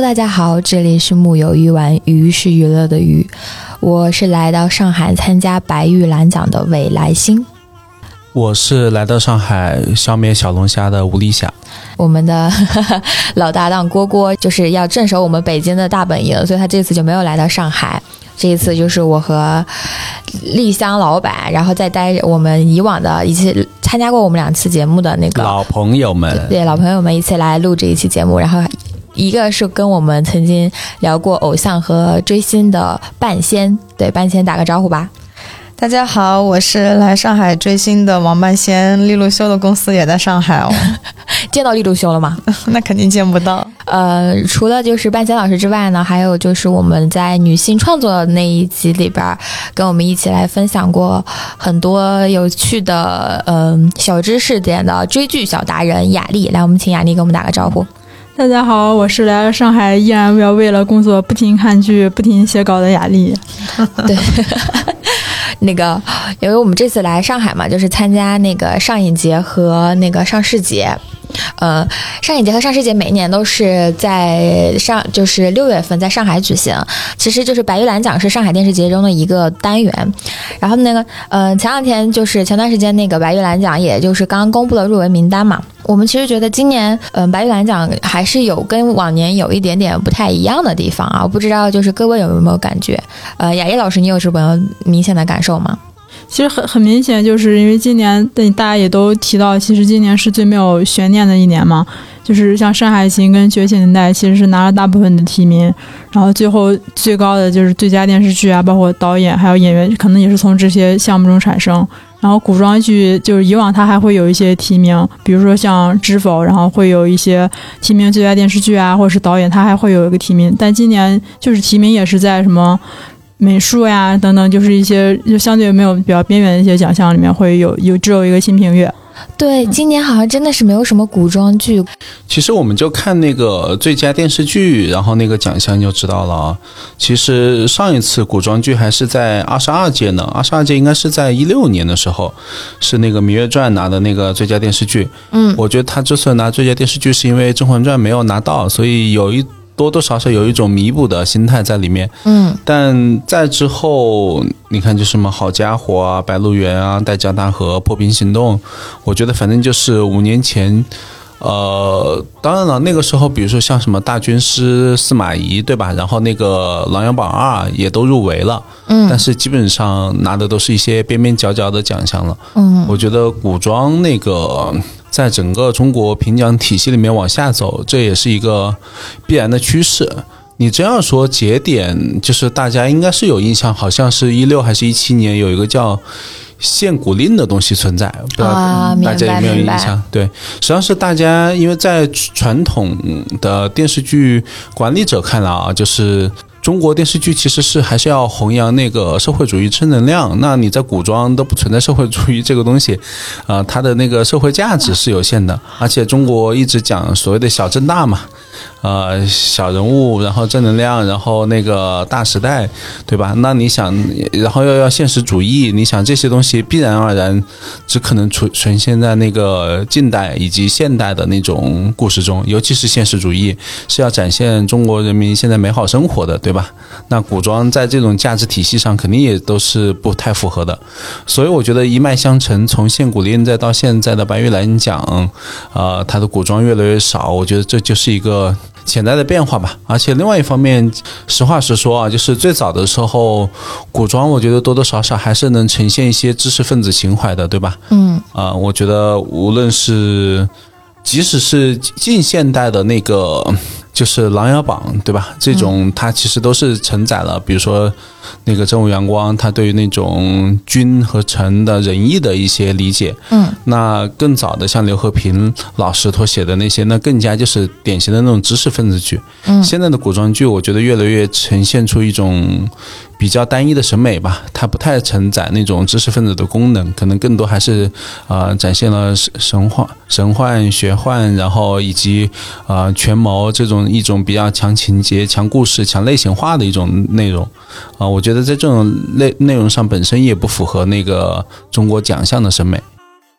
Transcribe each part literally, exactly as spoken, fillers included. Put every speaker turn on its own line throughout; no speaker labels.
大家好，这里是木有鱼丸，鱼是娱乐的鱼，我是来到上海参加白玉兰奖的未来星。
我是来到上海消灭小龙虾的吴丽霞。
我们的呵呵老搭档郭郭就是要镇守我们北京的大本营，所以他这次就没有来到上海。这一次就是我和丽香老板，然后再带我们以往的一起参加过我们两次节目的那个
老朋友们，
对，对老朋友们一起来录这一期节目。然后一个是跟我们曾经聊过偶像和追星的半仙，对，半仙打个招呼吧。
大家好，我是来上海追星的王半仙，利路修的公司也在上海哦。
见到利路修了吗？
那肯定见不到。
呃，除了就是半仙老师之外呢，还有就是我们在女性创作那一集里边，跟我们一起来分享过很多有趣的嗯、呃、小知识点的追剧小达人雅丽。来，我们请雅丽给我们打个招呼。
大家好，我是来了上海依然要为了工作不停看剧不停写稿的雅丽。
对。那个，因为我们这次来上海嘛，就是参加那个上影节和那个上市节。呃，上影节和上市节每一年都是在上，就是六月份在上海举行。其实就是白玉兰奖是上海电视节中的一个单元。然后那个，呃，前两天就是前段时间那个白玉兰奖，也就是刚刚公布了入围名单嘛。我们其实觉得今年，嗯、呃，白玉兰奖还是有跟往年有一点点不太一样的地方啊。我不知道就是各位有没有感觉？呃，雅丽老师，你有什么明显的感受吗？
其实很很明显，就是因为今年大家也都提到，其实今年是最没有悬念的一年嘛。就是像《山海情》跟《觉醒年代》，其实是拿了大部分的提名，然后最后最高的就是最佳电视剧啊，包括导演还有演员，可能也是从这些项目中产生。然后古装剧就是以往它还会有一些提名，比如说像《知否》，然后会有一些提名最佳电视剧啊，或者是导演，它还会有一个提名。但今年就是提名也是在什么美术呀等等，就是一些就相对没有比较边缘的一些奖项里面会有有只有一个新评月。
对，今年好像真的是没有什么古装剧。
其实我们就看那个最佳电视剧，然后那个奖项就知道了。其实上一次古装剧还是在二十二届呢，二十二届应该是在一六年的时候，是那个《芈月传》拿的那个最佳电视剧。嗯，我觉得他这次拿最佳电视剧是因为《甄嬛传》没有拿到，所以有一多多少少有一种弥补的心态在里面。嗯，但在之后你看就什么好家伙啊、白鹿原啊、戴江大河、破冰行动，我觉得反正就是五年前呃，当然了，那个时候比如说像什么大军师、司马懿，对吧？然后那个琅琊榜二也都入围了。嗯，但是基本上拿的都是一些边边角角的奖项了。嗯，我觉得古装那个在整个中国评奖体系里面往下走，这也是一个必然的趋势。你这样说节点，就是大家应该是有印象，好像是一六还是一七年有一个叫限古令的东西存在，不知道大家有没有印象？啊、对，实际上是大家因为在传统的电视剧管理者看来啊，就是中国电视剧其实是还是要弘扬那个社会主义正能量。那你在古装都不存在社会主义这个东西，啊、呃，它的那个社会价值是有限的。而且中国一直讲所谓的小正大嘛。呃，小人物，然后正能量，然后那个大时代，对吧？那你想，然后又要现实主义，你想这些东西必然而然只可能出呈现在那个近代以及现代的那种故事中，尤其是现实主义是要展现中国人民现在美好生活的，对吧？那古装在这种价值体系上肯定也都是不太符合的，所以我觉得一脉相承，从限古令再到现在的白玉兰奖，呃，它的古装越来越少，我觉得这就是一个潜在的变化吧。而且另外一方面，实话实说啊，就是最早的时候，古装我觉得多多少少还是能呈现一些知识分子情怀的，对吧？嗯，啊、呃，我觉得无论是即使是近现代的那个就是《琅琊榜》，对吧？这种它其实都是承载了，比如说那个真武阳光，他对于那种君和臣的仁义的一些理解。嗯，那更早的像刘和平老师所写的那些，那更加就是典型的那种知识分子剧。嗯，现在的古装剧，我觉得越来越呈现出一种比较单一的审美吧，它不太承载那种知识分子的功能，可能更多还是呃展现了神幻、神幻、玄幻，然后以及呃权谋这种一种比较强情节、强故事、强类型化的一种内容啊、呃，我觉得在这种类内容上本身也不符合那个中国奖项的审美。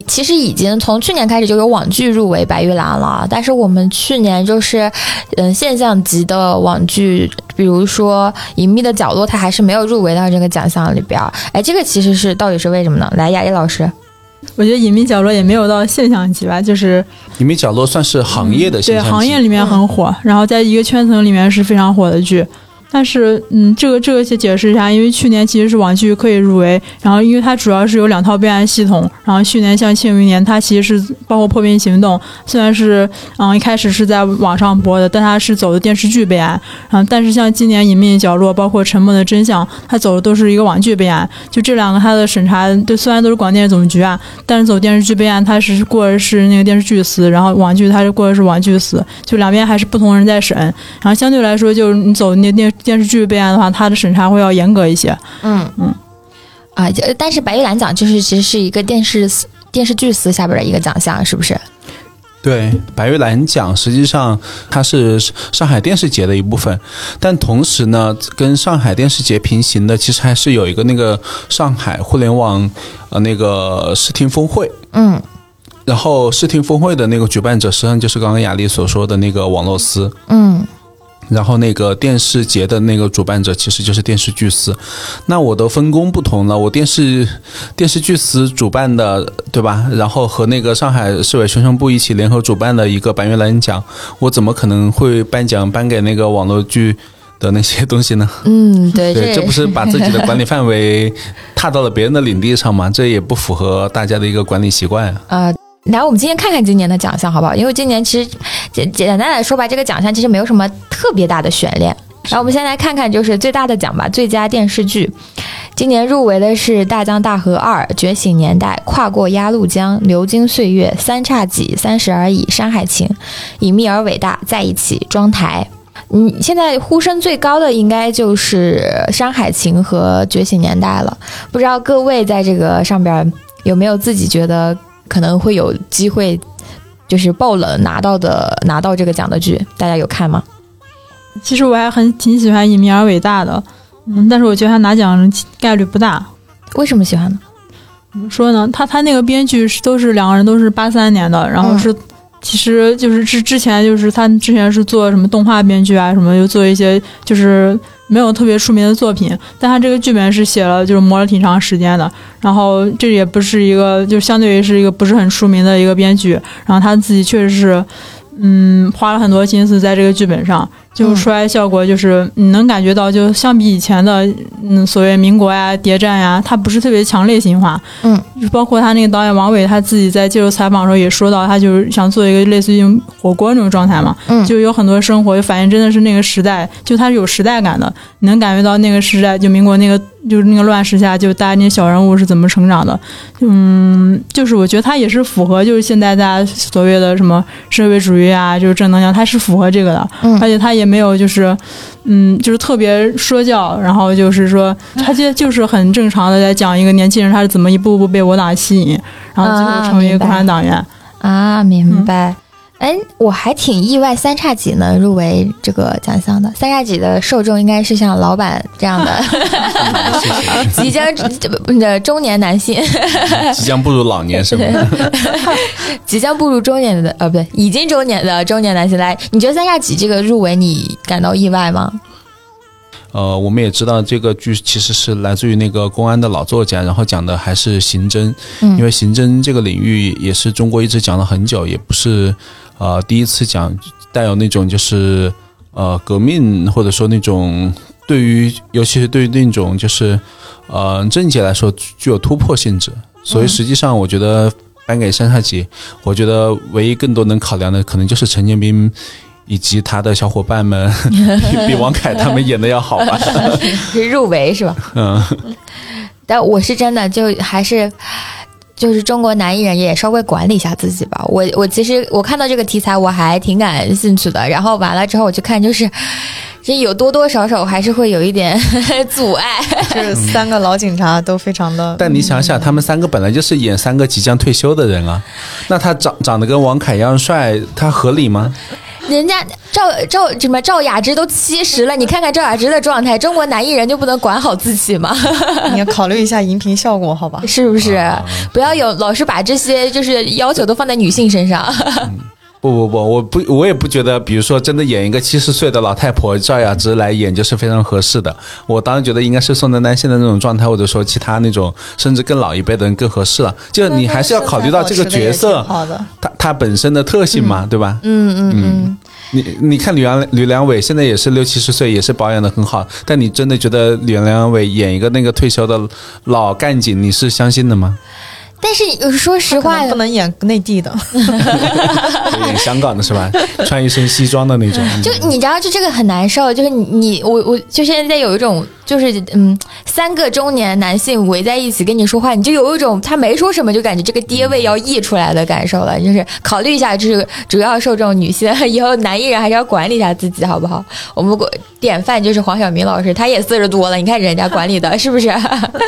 其实已经从去年开始就有网剧入围白玉兰了，但是我们去年就是嗯现象级的网剧，比如说《隐秘的角落》，它还是没有入围到这个奖项里边。哎，这个其实是到底是为什么呢？来，雅丽老师。
我觉得隐秘角落也没有到现象级吧，就是
隐秘角落算是行业的现象级、
嗯、对，行业里面很火、嗯、然后在一个圈层里面是非常火的剧。但是，嗯，这个这个先解释一下，因为去年其实是网剧可以入围，然后因为它主要是有两套备案系统，然后去年像《庆余年》，它其实是包括《破冰行动》，虽然是嗯一开始是在网上播的，但它是走的电视剧备案，然后但是像今年《隐秘角落》包括《沉默的真相》，它走的都是一个网剧备案，就这两个它的审查，对，虽然都是广电总局啊，但是走电视剧备案，它是过的是那个电视剧司，然后网剧它是过的是网剧司，就两边还是不同人在审，然后相对来说，就是你走那电电视剧备案的话，它的审查会要严格一些。
嗯嗯，啊，但是白玉兰奖就是其实是一个电视电视剧司下边的一个奖项，是不是？
对，白玉兰奖实际上它是上海电视节的一部分，但同时呢，跟上海电视节平行的，其实还是有一个那个上海互联网呃那个视听峰会。
嗯。
然后视听峰会的那个举办者，实际上就是刚刚雅丽所说的那个网络司。
嗯。
然后那个电视节的那个主办者其实就是电视剧司，那我的分工不同了，我电视电视剧司主办的，对吧？然后和那个上海市委宣传部一起联合主办的一个白玉兰奖，我怎么可能会颁奖颁给那个网络剧的那些东西呢？
嗯，对，
对，这不是把自己的管理范围踏到了别人的领地上吗？这也不符合大家的一个管理习惯啊。
呃来，我们今天看看今年的奖项好不好？因为今年其实简简单来说吧，这个奖项其实没有什么特别大的悬念。然后我们先来看看就是最大的奖吧，最佳电视剧。今年入围的是《大江大河二》、《觉醒年代》、《跨过鸭绿江》、《流金岁月》、《三叉戟》、《三十而已》、《山海情》、《隐秘而伟大》、《在一起》、《妆台》。嗯，现在呼声最高的应该就是《山海情》和《觉醒年代》了。不知道各位在这个上边有没有自己觉得可能会有机会就是爆冷拿到的拿到这个奖的剧，大家有看吗？
其实我还很挺喜欢《隐秘而伟大》的，嗯，但是我觉得他拿奖概率不大。
为什么喜欢呢？
怎么说呢？他他那个编剧是都是两个人都是八三年的，然后是、嗯、其实就是之之前就是他之前是做什么动画编剧啊什么，又做一些就是没有特别出名的作品，但他这个剧本是写了就是磨了挺长时间的，然后这也不是一个就相对于是一个不是很出名的一个编剧，然后他自己确实是嗯花了很多心思在这个剧本上，就出来效果就是你能感觉到就相比以前的嗯所谓民国呀谍战呀，它不是特别强类型化。
嗯，
包括他那个导演王伟他自己在接受采访的时候也说到，他就是想做一个类似于火锅那种状态嘛，
嗯，
就有很多生活就反映真的是那个时代，就它是有时代感的，你能感觉到那个时代就民国那个就是那个乱世下就大家那些小人物是怎么成长的。嗯，就是我觉得它也是符合就是现在大家所谓的什么社会主义啊，就是正能量，它是符合这个的。
嗯，
而且它也没有就是嗯就是特别说教，然后就是说它就就是很正常的在讲一个年轻人他是怎么一步步被我党吸引，然后最后成为一个共产党员
啊。明白。哎、嗯，我还挺意外三叉戟能入围这个奖项的。三叉戟的受众应该是像老板这样的即将的中年男性
即将步入老年是吗？
即将步入中年的呃不对已经中年的中年男性。来，你觉得三叉戟这个入围你感到意外吗？
呃，我们也知道这个剧其实是来自于那个公安的老作家，然后讲的还是刑侦、嗯、因为刑侦这个领域也是中国一直讲了很久，也不是呃第一次讲带有那种就是呃革命或者说那种对于尤其是对于那种就是呃政界来说具有突破性质，所以实际上我觉得颁给三叉戟，我觉得唯一更多能考量的可能就是陈建斌以及他的小伙伴们比王凯他们演的要好吧
是入围是吧？
嗯，
但我是真的就还是就是中国男艺人也稍微管理一下自己吧。我我其实我看到这个题材我还挺感兴趣的，然后完了之后我就看就是这有多多少少还是会有一点阻碍。
就是三个老警察都非常的，
但你想想他们三个本来就是演三个即将退休的人啊，那他长长得跟王凯一样帅，他合理吗？
人家赵赵什么赵雅芝都七十了，你看看赵雅芝的状态，中国男艺人就不能管好自己吗？
你要考虑一下荧屏效果，好吧？
是不是？啊、不要有老是把这些就是要求都放在女性身上。
嗯不不不，我不，我也不觉得，比如说真的演一个七十岁的老太婆赵雅芝来演就是非常合适的。我当然觉得应该是宋丹丹现在那种状态，或者说其他那种甚至更老一辈的人更合适了。就你还是要考虑到这个角色，他他本身的特性嘛，嗯、对吧？
嗯嗯嗯。
你你看吕良吕良伟现在也是六七十岁，也是保养的很好，但你真的觉得吕良伟演一个那个退休的老干警，你是相信的吗？
但是说实话，
不能演内地的，
演香港的是吧？穿一身西装的那种。
就你知道，就这个很难受。就是你你我我就现在有一种，就是嗯，三个中年男性围在一起跟你说话，你就有一种他没说什么，就感觉这个爹味要溢出来的感受了。就是考虑一下，就是主要受众女性，以后男艺人还是要管理一下自己，好不好？我们典范就是黄晓明老师，他也四十多了，你看人家管理的是不是？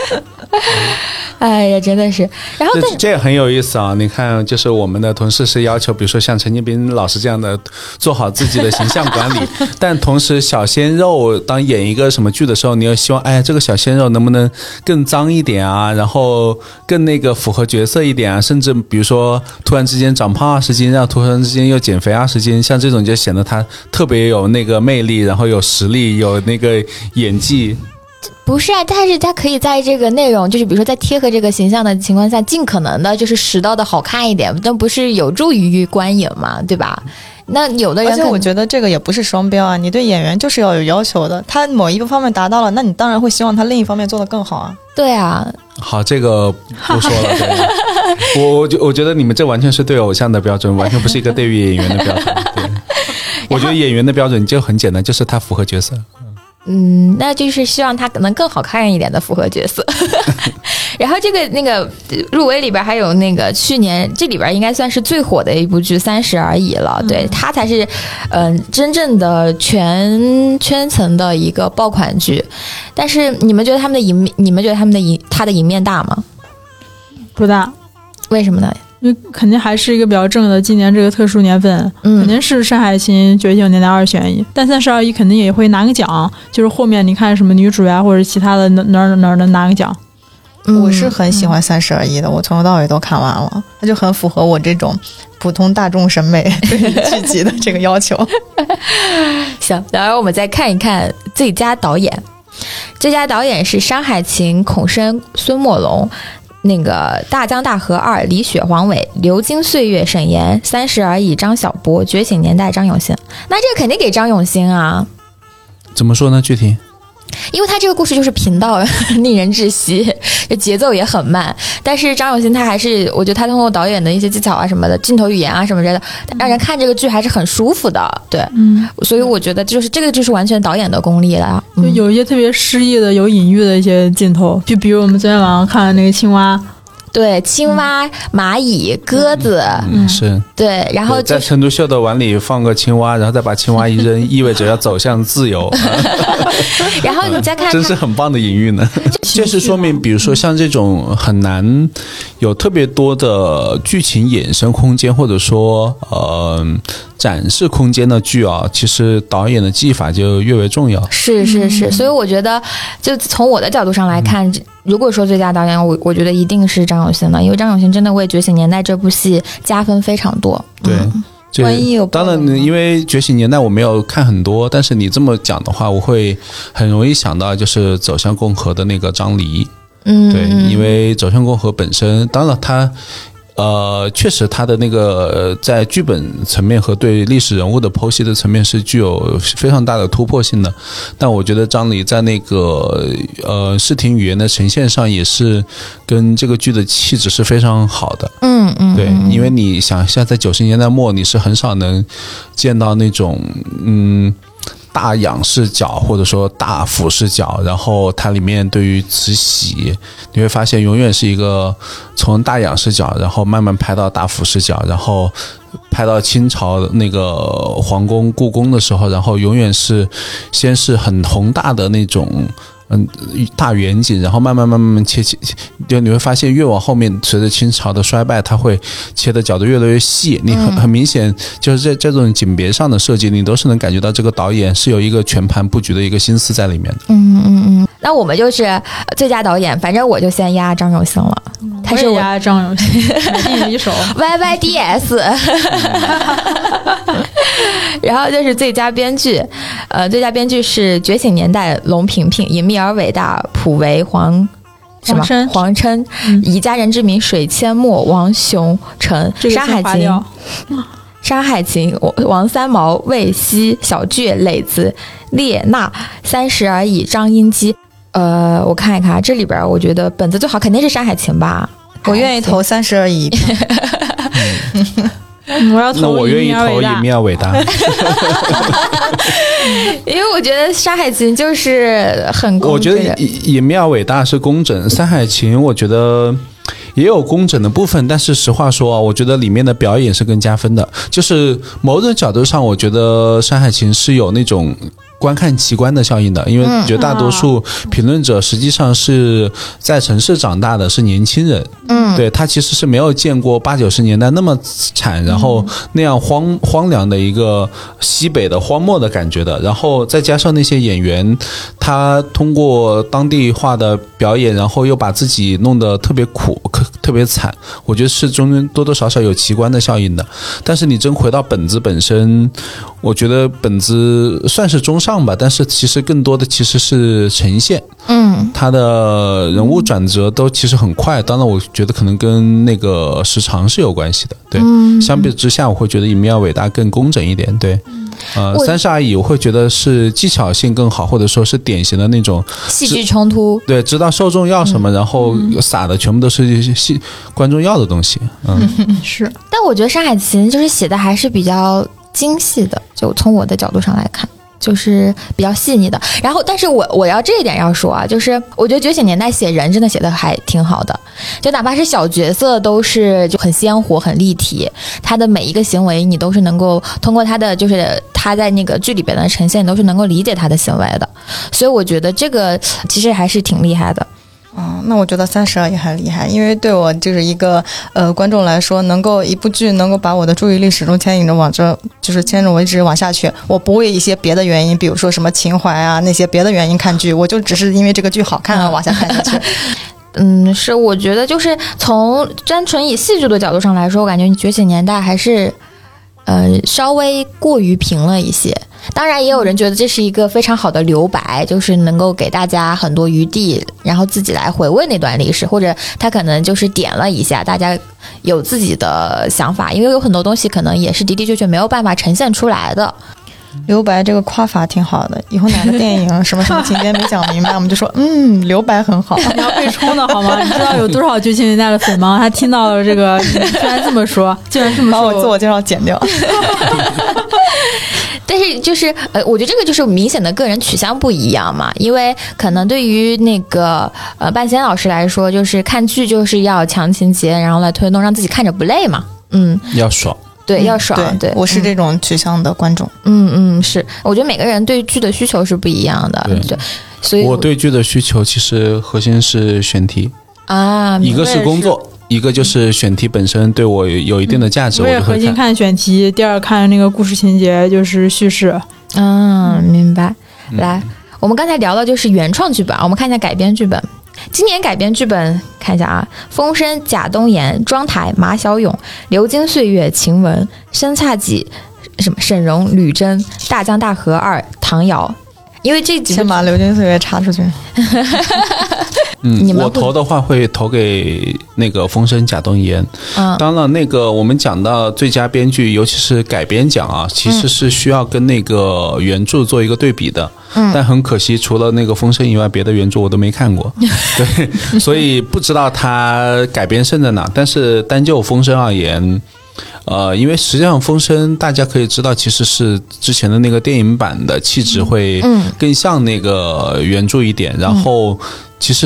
哎呀，真的是。然后
这这也很有意思啊！你看，就是我们的同事是要求，比如说像陈建斌老师这样的，做好自己的形象管理，但同时小鲜肉当演一个什么剧的时候，你又希望，哎，这个小鲜肉能不能更脏一点啊？然后更那个符合角色一点啊？甚至比如说突然之间长胖二十斤，然后突然之间又减肥二十斤，像这种就显得他特别有那个魅力，然后有实力，有那个演技。
不是啊，但是他可以在这个内容，就是比如说在贴合这个形象的情况下，尽可能的就是拾到的好看一点，但不是有助于观影嘛，对吧？那有的人，
而且我觉得这个也不是双标啊，你对演员就是要有要求的，他某一个方面达到了，那你当然会希望他另一方面做得更好啊。
对啊，
好，这个不说了。对我我我觉得你们这完全是对偶像的标准，完全不是一个对于演员的标准。对，我觉得演员的标准就很简单，就是他符合角色。
嗯，那就是希望他可能更好看一点的符合角色。然后这个那个入围里边还有那个去年这里边应该算是最火的一部剧《三十而已》了，对，它才是嗯、呃、真正的全圈层的一个爆款剧。但是你们觉得他们的赢，你们觉得他们的赢，他的赢面大吗？
不大。
为什么呢？
因为肯定还是一个比较正的，今年这个特殊年份，嗯、肯定是《山海情》《觉醒年代》二选一，但三十而已肯定也会拿个奖，就是后面你看什么女主呀或者其他的哪哪哪能拿个奖。
我是很喜欢《三十而已》的，我从头到尾都看完了，它就很符合我这种普通大众审美对剧集的这个要求。
行，然后我们再看一看最佳导演，最佳导演是《山海情》孔笙、孙墨龙。那个大江大河二李雪、黄伟，流金岁月沈岩，三十而已张小波，觉醒年代张永新。那这个肯定给张永新啊。
怎么说呢？具体？
因为他这个故事就是贫道，令人窒息，节奏也很慢。但是张永新他还是，我觉得他通过导演的一些技巧啊什么的，镜头语言啊什么之类的，让人看这个剧还是很舒服的。对，嗯，所以我觉得就是这个就是完全导演的功力了。
就有一些特别诗意的、有隐喻的一些镜头，就比如我们昨天晚上看的那个青蛙。
对，青蛙、蚂蚁、鸽子，
嗯，是
对，然后、就是、
在成都秀的碗里放个青蛙，然后再把青蛙一扔，意味着要走向自由。
然后你再看，
真是很棒的隐喻呢。就是说明，比如说像这种很难有特别多的剧情衍生空间，或者说呃展示空间的剧啊，其实导演的技法就越为重要。
是是是，所以我觉得，就从我的角度上来看。嗯，如果说最佳导演，我我觉得一定是张永新的，因为张永新真的为《觉醒年代》这部戏加分非常多。
对，
嗯、万一有
当然，因为《觉醒年代》我没有看很多，但是你这么讲的话，我会很容易想到就是《走向共和》的那个张黎。
嗯，
对，因为《走向共和》本身，当然他。呃，确实，他的那个、呃、在剧本层面和对历史人物的剖析的层面是具有非常大的突破性的。但我觉得张黎在那个呃视听语言的呈现上，也是跟这个剧的气质是非常好的。
嗯嗯，
对，因为你想一下，在九十年代末，你是很少能见到那种嗯。大仰视角或者说大俯视角，然后它里面对于慈禧，你会发现永远是一个从大仰视角，然后慢慢拍到大俯视角，然后拍到清朝那个皇宫故宫的时候，然后永远是先是很宏大的那种嗯大远景，然后慢慢慢慢切切，就你会发现越往后面，随着清朝的衰败，它会切的角度越来越细。你很很明显就是在这种景别上的设计，你都是能感觉到这个导演是有一个全盘布局的一个心思在里面的。
嗯嗯嗯。那我们就是最佳导演，反正我就先压张永兴了。他是
我也压张永兴，第一手
Y Y D S 然后就是最佳编剧，呃，最佳编剧是《觉醒年代》龙萍萍，《隐秘而伟大》蒲维黄什么
黄琛
黄琛，
嗯
以家人之名水阡陌王雄成，
这个
山海情
先划掉。
山海情王三毛魏希小倔磊子列娜三十而已张英基。呃，我看一看这里边，我觉得本子最好肯定是山海情吧。
我愿意投三十而已。
我要投
那我愿意投《
隐秘而伟大
隐秘而伟大》
因为我觉得山海情就是很工
我觉
整
得隐隐秘而伟大是工整，山海情我觉得也有工整的部分，但是实话说啊，我觉得里面的表演是更加分的。就是某种角度上，我觉得山海情是有那种观看奇观的效应的，因为绝大多数评论者实际上是在城市长大的，是年轻人。
嗯，
对，他其实是没有见过八九十年代那么惨，然后那样荒荒凉的一个西北的荒漠的感觉的。然后再加上那些演员，他通过当地化的表演，然后又把自己弄得特别苦、特别惨，我觉得是中间多多少少有奇观的效应的。但是你真回到本子本身，我觉得本子算是中上吧，但是其实更多的其实是呈现。
嗯，
它的人物转折都其实很快，当然我觉得可能跟那个时长是有关系的。对，
嗯、
相比之下，我会觉得《隐秘而伟大》更工整一点。对，呃，三十而已，我会觉得是技巧性更好，或者说是典型的那种
戏剧冲突。
对，知道受众要什么，嗯、然后撒的全部都是戏观众要的东西。嗯，
是。
但我觉得山海情就是写的还是比较精细的，就从我的角度上来看。就是比较细腻的，然后，但是我我要这一点要说啊，就是我觉得《觉醒年代》写人真的写的还挺好的，就哪怕是小角色都是就很鲜活、很立体，他的每一个行为你都是能够通过他的就是他在那个剧里边的呈现，你都是能够理解他的行为的，所以我觉得这个其实还是挺厉害的。
嗯，那我觉得三十而已很厉害，因为对我就是一个呃观众来说，能够一部剧能够把我的注意力始终牵引着往这，就是牵着我一直往下去，我不为一些别的原因，比如说什么情怀啊那些别的原因看剧，我就只是因为这个剧好看啊往下看下去。
嗯，是，我觉得就是从单纯以戏剧的角度上来说，我感觉《觉醒年代》还是呃稍微过于平了一些。当然也有人觉得这是一个非常好的留白，就是能够给大家很多余地，然后自己来回味那段历史，或者他可能就是点了一下，大家有自己的想法，因为有很多东西可能也是的的确确没有办法呈现出来的。
留白这个夸法挺好的，以后哪个电影什么什么情节没讲明白，我们就说嗯，留白很好。
你要被冲的好吗？你知道有多少觉醒年代的粉吗？他听到了这个，你居然这么说，居然这么说，
把我自我介绍剪掉。
但是就是呃，我觉得这个就是明显的个人取向不一样嘛，因为可能对于那个呃半仙老师来说，就是看剧就是要强情节，然后来推动，让自己看着不累嘛，嗯，
要爽。
对，要爽。
嗯、对,
对，
我是这种取向的观众。
嗯嗯，是，我觉得每个人对剧的需求是不一样的。
对，
对，所以
我对剧的需求其实核心是选题
啊，
一个是工作，一个就是选题本身对我有一定的价值，
嗯、
我就会看。
核心看选题，第二看那个故事情节，就是叙事。
嗯，明白。来，嗯、我们刚才聊的就是原创剧本，我们看一下改编剧本。今年改编剧本看一下啊，风声贾东岩、庄台马小勇、流金岁月晴雯、申侘己、什么沈荣、吕珍、大江大河二唐瑶。因为这几个
先把流金岁月插出去。
嗯，我投的话会投给那个风声贾东岩。嗯，当然那个我们讲到最佳编剧，尤其是改编奖啊，其实是需要跟那个原著做一个对比的。嗯，但很可惜，除了那个风声以外，别的原著我都没看过。对，所以不知道它改编胜在哪。但是单就风声而言。呃，因为实际上风声大家可以知道，其实是之前的那个电影版的气质会更像那个原著一点，嗯、然后其实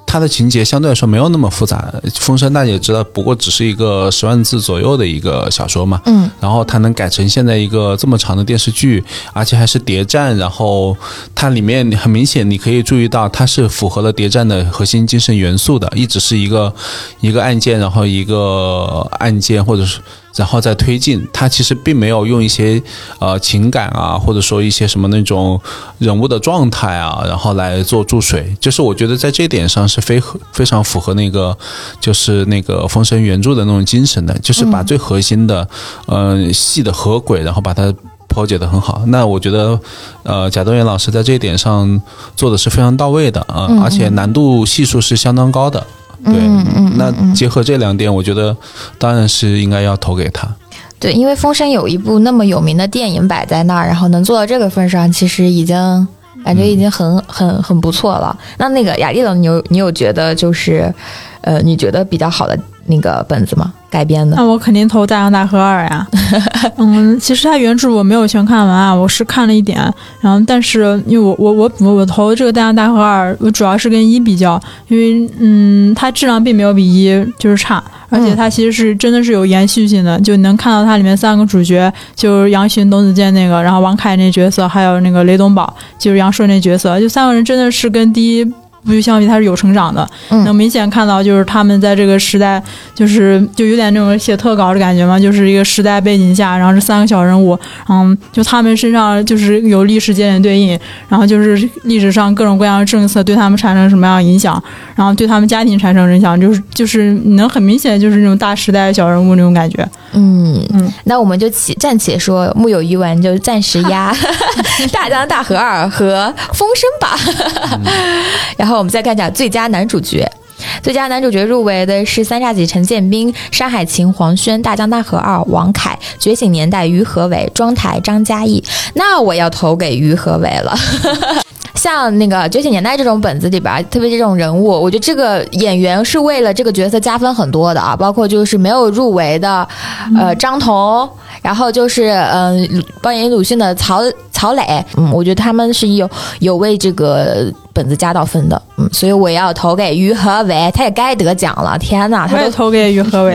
它的情节相对来说没有那么复杂。风声大家也知道，不过只是一个十万字左右的一个小说嘛，
嗯，
然后它能改成现在一个这么长的电视剧，而且还是谍战，然后它里面很明显你可以注意到它是符合了谍战的核心精神元素的，一直是一个一个案件，然后一个案件或者是然后再推进，它其实并没有用一些呃情感啊，或者说一些什么那种人物的状态啊，然后来做注水，就是我觉得在这一点上是非非常符合那个就是那个风声原著的那种精神的，就是把最核心的嗯、呃、戏的合轨，然后把它剖解得很好。那我觉得呃贾东元老师在这一点上做的是非常到位的啊、呃嗯，而且难度系数是相当高的。对，
嗯嗯，
那结合这两点，我觉得当然是应该要投给他。
对，因为风声有一部那么有名的电影摆在那儿，然后能做到这个份上，其实已经感觉已经很、嗯、很很不错了。那那个雅丽总，你有你有觉得就是呃，你觉得比较好的那个本子吗？改编的？
那我肯定投《大江大河二》呀。嗯，其实它原著我没有全看完啊，我是看了一点，然后但是因为我我我我我投这个《大江大河二》，我主要是跟一比较，因为嗯，它质量并没有比一就是差，而且它其实是真的是有延续性的，就能看到它里面三个主角，就是杨巡、董子健那个，然后王凯那角色，还有那个雷东宝，就是杨烁那角色，就三个人真的是跟第一不就相比他是有成长的，
嗯，
能明显看到就是他们在这个时代就是就有点那种写特稿的感觉嘛，就是一个时代背景下，然后这三个小人物，嗯，就他们身上就是有历史节点对应，然后就是历史上各种各样的政策对他们产生什么样的影响，然后对他们家庭产生影响，就是就是你能很明显就是那种大时代小人物那种感觉。
嗯嗯，那我们就起暂且说木有余文就暂时压大江大河二和风声吧。然后我们再看讲最佳男主角，最佳男主角入围的是三煞戟陈建斌、山海情黄轩、大江大河二王凯、觉醒年代于和伟、庄台张嘉译。那我要投给于和伟了。像那个《觉醒年代》这种本子里边，特别这种人物，我觉得这个演员是为了这个角色加分很多的啊，包括就是没有入围的，呃，张彤，然后就是嗯、呃，扮演鲁迅的曹曹磊，嗯，我觉得他们是有有为这个本子加到分的，嗯，所以我要投给于和伟，他也该得奖了，天哪，他
我也投给于和伟。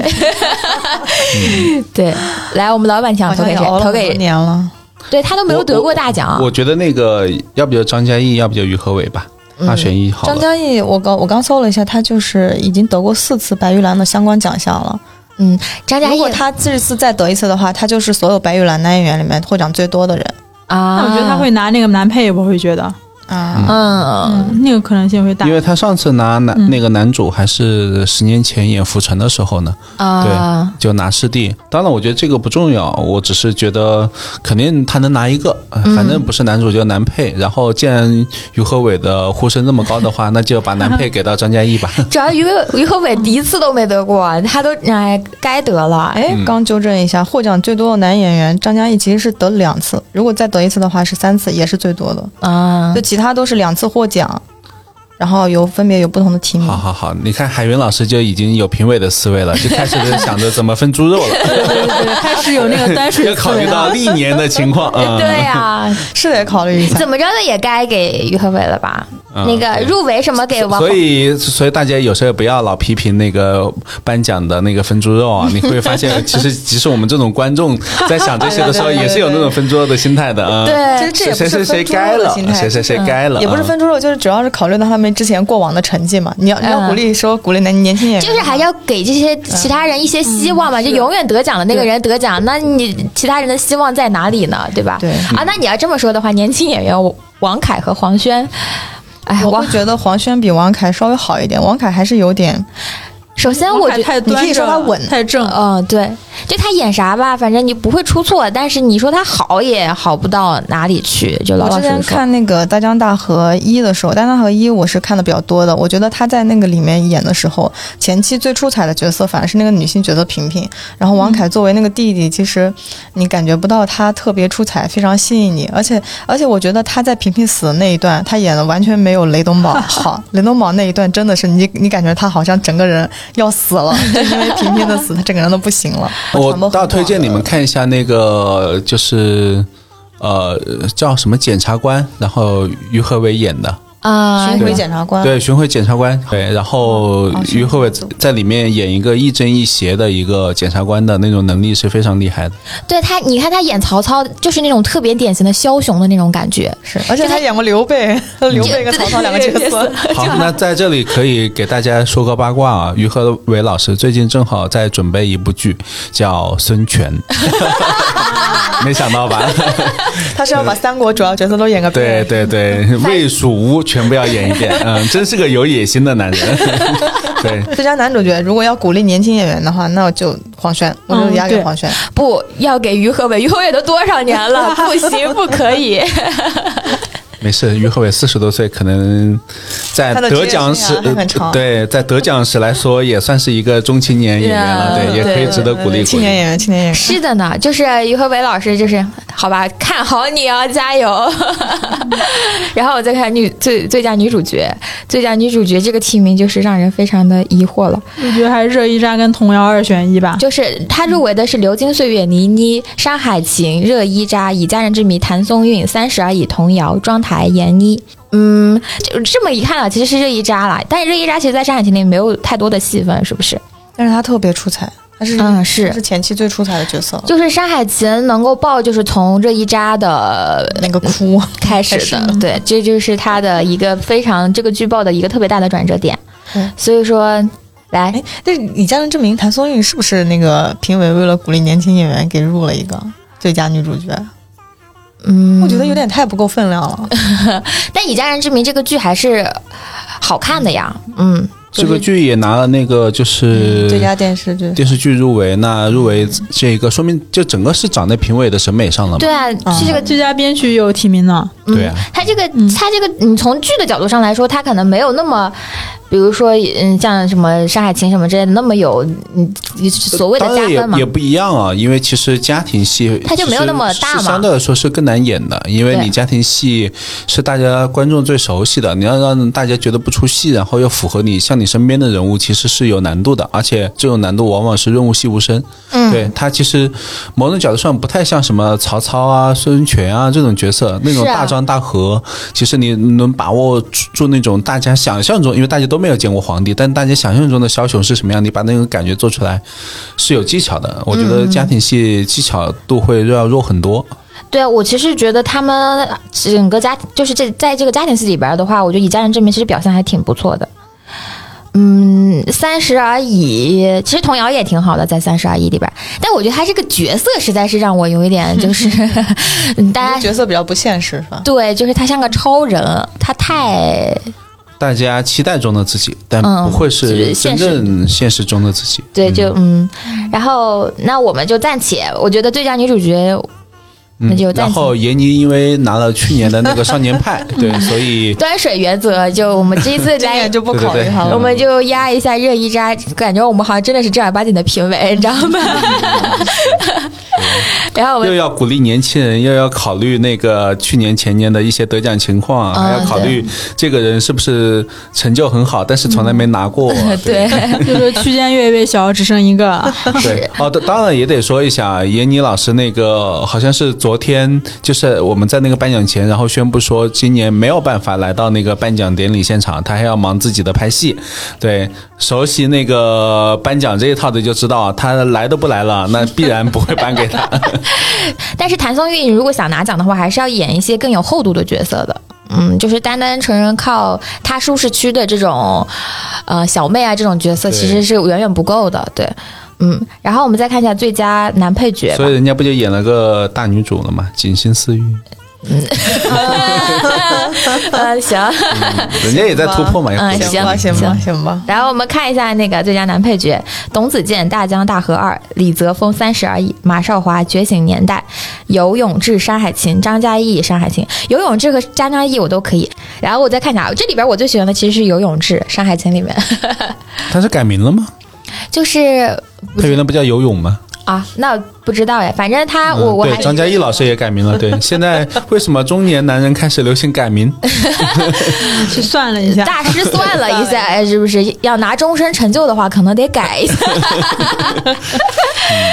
对，来，我们老板想投给谁？投给
年了。
对他都没有得过大奖，
我, 我, 我觉得那个要不就张嘉译，要不就于和伟吧，二、嗯、选一好了。
张嘉译，我刚我刚搜了一下，他就是已经得过四次白玉兰的相关奖项了。
嗯，张嘉译，
如果他这次再得一次的话，他就是所有白玉兰男演员里面获奖最多的人
啊。
那我觉得他会拿那个男配，我会觉得。
啊，
嗯,
嗯，那个可能性会大，
因为他上次拿男、嗯、那个男主还是十年前演浮沉的时候呢，
啊，
对，就拿视帝。当然，我觉得这个不重要，我只是觉得肯定他能拿一个，反正不是男主就男配。嗯、然后既然于和伟的呼声那么高的话，那就把男配给到张嘉译吧。
主要于于和伟第一次都没得过，他都哎该得了。
哎，刚纠正一下，获奖最多的男演员张嘉译其实是得两次，如果再得一次的话是三次，也是最多的
啊。
就其他都是两次获奖，然后有分别有不同的提名。
好好好，你看海云老师就已经有评委的思维了，就开始想着怎么分猪肉了。
对对对，开始有那个端水思维了。
要考虑到历年的情况。嗯、
对呀、啊，
是得考虑一下。
怎么着的也该给于和伟了吧？
嗯、
那个入围什么给王？
所以所以大家有时候不要老批评那个颁奖的那个分猪肉啊，你会发现其实即使我们这种观众在想这些的时候，也是有那种分猪肉的心态的啊。
对，
其实这也不是
谁谁该了，谁谁谁该了，
也不是分猪肉，就是主要是考虑到他们之前过往的成绩嘛。你要你要鼓励说鼓励年年轻演员，
就是还要给这些其他人一些希望嘛。就永远得奖的那个人得奖，那你其他人的希望在哪里呢？对吧？
对
啊，那你要这么说的话，年轻演员王凯和黄轩。哎，
我会觉得黄轩比王凯稍微好一点，王凯还是有点。
首先，我觉得
你可以说他稳，
太正。
嗯，对，就他演啥吧，反正你不会出错，但是你说他好也好不到哪里去。就老老实实
我之前看那个《大江大河一》的时候，《大江大河一》我是看的比较多的。我觉得他在那个里面演的时候，前期最出彩的角色反而是那个女性角色萍萍。然后王凯作为那个弟弟，其实你感觉不到他特别出彩，非常吸引你。而且而且，我觉得他在萍萍死的那一段，他演的完全没有雷东宝好。雷东宝那一段真的是你你感觉他好像整个人要死了，就因为萍萍的死，他整个人都不行了。
我倒推荐你们看一下那个，就是呃叫什么检察官，然后于和伟演的。
啊，
巡回检察官，
对，巡回检察官，对，然后于和伟在里面演一个亦正亦邪的一个检察官的那种能力是非常厉害的。
对他，你看他演曹操，就是那种特别典型的枭雄的那种感觉，
是，而且他演过刘备，刘备跟曹操两个角色。
好，那在这里可以给大家说个八卦啊，于和伟老师最近正好在准备一部剧，叫《孙权》，没想到吧？
他是要把三国主要角色都演个遍。
对对对，魏蜀吴全部要演一遍，嗯，真是个有野心的男人。对，
最佳男主角如果要鼓励年轻演员的话，那我就黄轩，我就押给黄轩。
嗯、不要给于和伟，于和伟都多少年了？不行，不可以。
没事，于和伟四十多岁，可能在得奖史，对，在得奖史来说也算是一个中青年演员了，对，也可以值得鼓励。
青年演员，青年演员。
是的呢，就是于和伟老师，就是好吧，看好你啊，加油。然后我再看女最最佳女主角，最佳女主角这个提名就是让人非常的疑惑了。
我觉得还是热依扎跟童瑶二选一吧。
就是她入围的是《流金岁月》倪妮、山海情、热依扎、以家人之谜谭松韵、三十而已童瑶、庄台闫妮。嗯，就这么一看啊，其实是热依扎啦。但是热依扎其实在《山海情》里没有太多的戏份，是不是？
但是她特别出彩。他是
嗯是
是前期最出彩的角色，
就是《山海情》能够爆，就是从热依扎的
那个哭
开始的，对，这就是他的一个非常这个剧爆的一个特别大的转折点。
嗯，
所以说，来，
哎，但是以家人之名谭松韵是不是那个评委为了鼓励年轻演员给入了一个最佳女主角？
嗯，
我觉得有点太不够分量了。
但以家人之名这个剧还是好看的呀，嗯。
这个剧也拿了那个就是
最佳电视剧
电视剧入围，那入围这个说明就整个是长在评委的审美上了嘛？
对啊，是这个
最佳编剧有提名呢。
对啊，
他这个他这个你从剧的角度上来说，他可能没有那么。比如说，嗯，像什么《山海情》什么之类的，那么有嗯所谓的加分嘛？
也也不一样啊，因为其实家庭戏
它就没有那么大嘛，
相对来说是更难演的，因为你家庭戏是大家观众最熟悉的，你要让大家觉得不出戏，然后又符合你像你身边的人物，其实是有难度的，而且这种难度往往是润物细无声。嗯，对，它其实某种角度上不太像什么曹操啊、孙权啊这种角色，那种大张大合，其实你能把握住那种大家想象中，因为大家都。都没有见过皇帝，但大家想象中的枭雄是什么样？你把那种感觉做出来是有技巧的。我觉得家庭戏技巧度会要弱很多。嗯、
对啊，我其实觉得他们整个家就是这在这个家庭戏里边的话，我觉得以家人之名其实表现还挺不错的。嗯，三十而已，其实童瑶也挺好的，在三十而已里边，但我觉得他这个角色实在是让我有一点就是大家
角色比较不现实，是吧？
对，就是他像个超人，他太。
大家期待中的自己，但不会是真正现实中的自己。
嗯、对，就嗯，然后那我们就暂且，我觉得最佳女主角。那就
然后闫妮因为拿了去年的那个少年派，对，所以
端水原则，就我们这一次来
就不考虑它了，
我们就压一下热依扎，感觉我们好像真的是正儿八经的评委，你知道吗？然后我们
又要鼓励年轻人，又要考虑那个去年前年的一些得奖情况，嗯、还要考虑这个人是不是成就很好，但是从来没拿过。
嗯、对，
对就是区间越越小，只剩一个。
对，哦，当然也得说一下，闫妮老师那个好像是。昨天就是我们在那个颁奖前，然后宣布说今年没有办法来到那个颁奖典礼现场，他还要忙自己的拍戏。对，熟悉那个颁奖这一套的就知道，他来都不来了，那必然不会颁给他。
但是谭松韵如果想拿奖的话，还是要演一些更有厚度的角色的。嗯，就是单单纯纯靠他舒适区的这种呃小妹啊这种角色，其实是远远不够的。对。嗯，然后我们再看一下最佳男配角，
所以人家不就演了个大女主了吗？锦心似玉。
嗯，呃，行、
嗯，人家也在突破嘛。
嗯，
行吧，行吧，行吧。
然后我们看一下那个最佳男配角：董子健《大江大河二》，李泽锋《三十而已》，马少华《觉醒年代》，游泳志《山海情》，张嘉译《山海情》。游泳志和张嘉译我都可以。然后我再看一下，这里边我最喜欢的其实是游泳志，《山海情》里面。
他是改名了吗？
就是
他原来不叫游泳吗？
啊，那不知道哎，反正他、嗯、我我
对张嘉译老师也改名了。对，现在为什么中年男人开始流行改名？
去算了一下，
大师算了一下，是不是要拿终身成就的话，可能得改一下。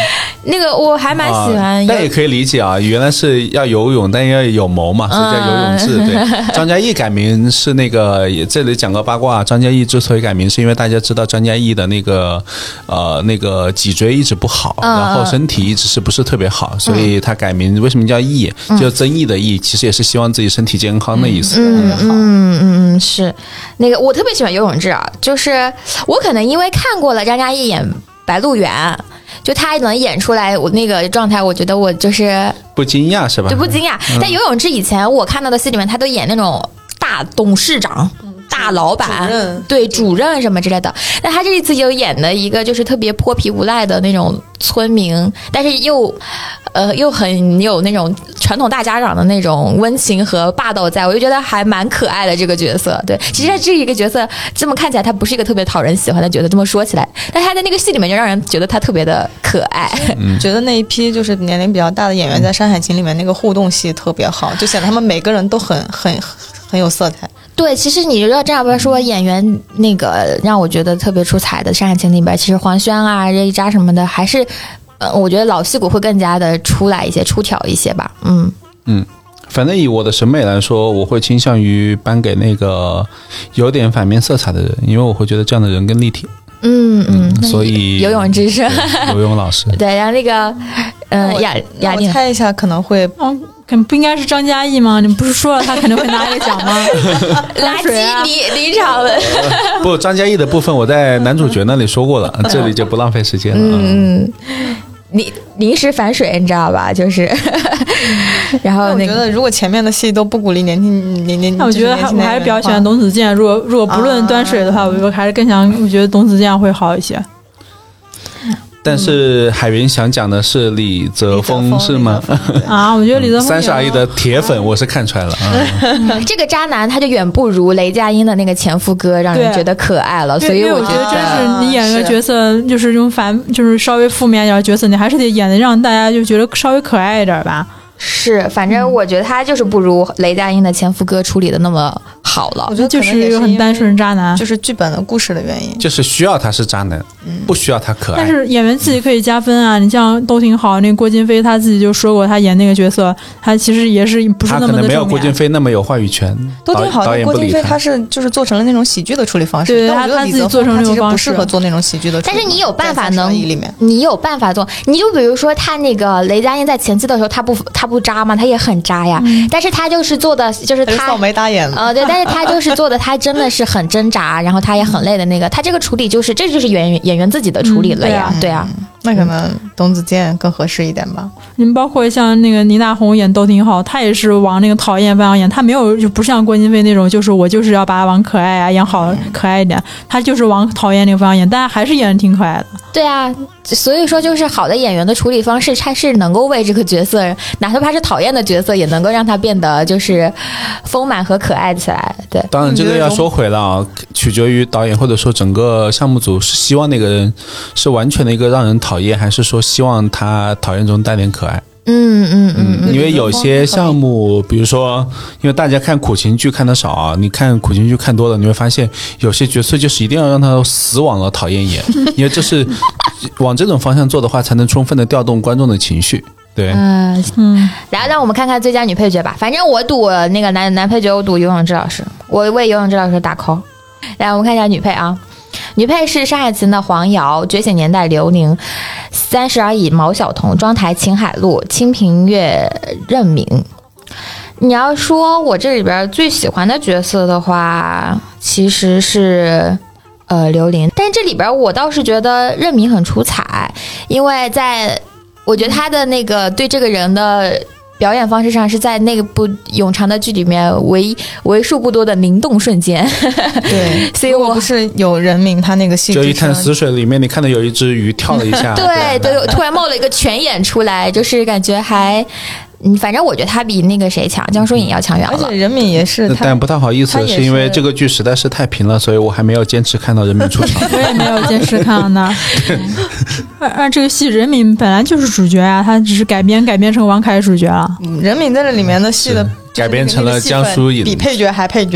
那个我还蛮喜欢。
啊、但也可以理解啊，原来是要游泳，但要有谋嘛，所以叫游泳志。嗯、对，张嘉译改名是那个，也这里讲个八卦，张嘉译之所以改名，是因为大家知道张嘉译的那个呃那个脊椎一直不好，嗯、然后身体一直是不是特别好，所以他改名。为什么叫译？嗯、就争议的议，其实也是希望自己身体健康的意思。
嗯嗯嗯嗯，是那个我特别喜欢游泳志啊，就是我可能因为看过了张嘉译演《白鹿原》。就他能演出来我那个状态，我觉得我就是
不惊讶是吧？
就不惊讶。嗯、但游泳志以前我看到的戏里面，他都演那种大董事长、嗯、大老板，
主
对主任什么之类的。但他这一次就演的一个就是特别泼皮无赖的那种村民，但是又呃又很有那种传统大家长的那种温情和霸道在，我就觉得还蛮可爱的这个角色。对，其实他这一个角色这么看起来，他不是一个特别讨人喜欢的角色，这么说起来，但他在那个戏里面就让人觉得他特别的可爱。
嗯、觉得那一批就是年龄比较大的演员在《山海情》里面那个互动戏特别好，就显得他们每个人都很很很有色彩。
对，其实你要这样不说，演员那个让我觉得特别出彩的《山海情》里边，其实黄轩啊、任一渣什么的，还是呃，我觉得老戏骨会更加的出来一些、出挑一些吧。嗯
嗯，反正以我的审美来说，我会倾向于颁给那个有点反面色彩的人，因为我会觉得这样的人更立体。
嗯嗯，
嗯所以
游泳知识，
游泳老师
对，然后那个嗯雅雅丽，
我猜一下可能会。
哦不应该是张嘉译吗？你不是说了他肯定会拿一个奖吗？
垃圾离离场了。
不，张嘉译的部分我在男主角那里说过了，这里就不浪费时间了。
嗯嗯，临临时反水，你知道吧？就是，然后、那个、
我觉得如果前面的戏都不鼓励年轻年年，
那我觉得还我还是比较喜欢董子健。如果如果不论端水的话，
啊、
我还是更想，我觉得董子健会好一些。
但是海云想讲的是李泽峰是吗？
啊，我觉得李泽峰
三十而已的铁粉，我是看出来了。
嗯、这个渣男他就远不如雷佳音的那个前夫哥让人觉得可爱了，所以我
觉得真是你演个角色，就是用反，就是稍微负面一点的角色，你还是得演的让大家就觉得稍微可爱一点吧。
是，反正我觉得他就是不如雷佳音的前夫哥处理的那么好了。
我觉得
就是一个很单纯渣男，
就是剧本的故事的原因，
就是需要他是渣男，嗯、不需要他可爱。
但是演员自己可以加分啊，你像都挺好。那个郭京飞他自己就说过，他演那个角色，他其实也是不是那么的正面。
他可能没有郭京飞那么有话语权。
都挺好，但郭京飞他是就是做成了那种喜剧的处理方式。
对，他他自己做成这种方式，
不适合做那种喜剧的处理。
但是你有办法能，你有办法做。你就比如说他那个雷佳音在前期的时候，他不他不渣吗？他也很。很渣呀，嗯、但是他就是做的，就是他
扫眉打眼了，
呃，对，但是他就是做的，他真的是很挣扎，然后他也很累的那个，他这个处理就是，这就是演员演员自己的处理了呀，嗯、对啊。
嗯那可能董子健更合适一点吧。
你们包括像那个倪大红演都挺好，他也是往那个讨厌方向演，他没有就不像郭京飞那种，就是我就是要把他往可爱啊演好可爱一点，他就是往讨厌那个方向演，但还是演得挺可爱的。
对啊，所以说就是好的演员的处理方式，他是能够为这个角色，哪怕他是讨厌的角色，也能够让他变得就是丰满和可爱起来。对，
当然这个要说回了啊，取决于导演或者说整个项目组是希望那个人是完全的一个让人讨厌，还是说希望他讨厌中带点可爱。
嗯嗯嗯，
因为有些项目，比如说，因为大家看苦情剧看得少啊，你看苦情剧看多了，你会发现有些角色就是一定要让他死往了讨厌演，因为这是往这种方向做的话，才能充分的调动观众的情绪。对，
嗯嗯，来让我们看看最佳女配角吧。反正我赌那个男男配角，我赌游泳志老师，我为游泳志老师打 call。来，我们看一下女配啊。女配是《山海情》的黄瑶，《觉醒年代》刘宁，《三十而已》毛晓彤，妆台秦海璐，《清平乐》任敏。你要说我这里边最喜欢的角色的话，其实是呃刘琳，但是这里边我倒是觉得任敏很出彩，因为在我觉得他的那个对这个人的表演方式上是在那个部永长的剧里面为为数不多的灵动瞬间。
对，
所以我
不是有人名他那个戏
就一潭死水里面你看到有一只鱼跳了一下。
对对，突然冒了一个全眼出来，就是感觉还嗯，反正我觉得他比那个谁强，江疏影要强远了。
而且任敏也是，
但不太好意思，是因为这个剧实在是太平了，所以我还没有坚持看到任敏出场。
我也没有坚持看到那。而而这个戏任敏本来就是主角啊，他只是改编改编成王凯主角了。
嗯，任敏在这里面的戏的
改编成了江疏影，
比配角还配角。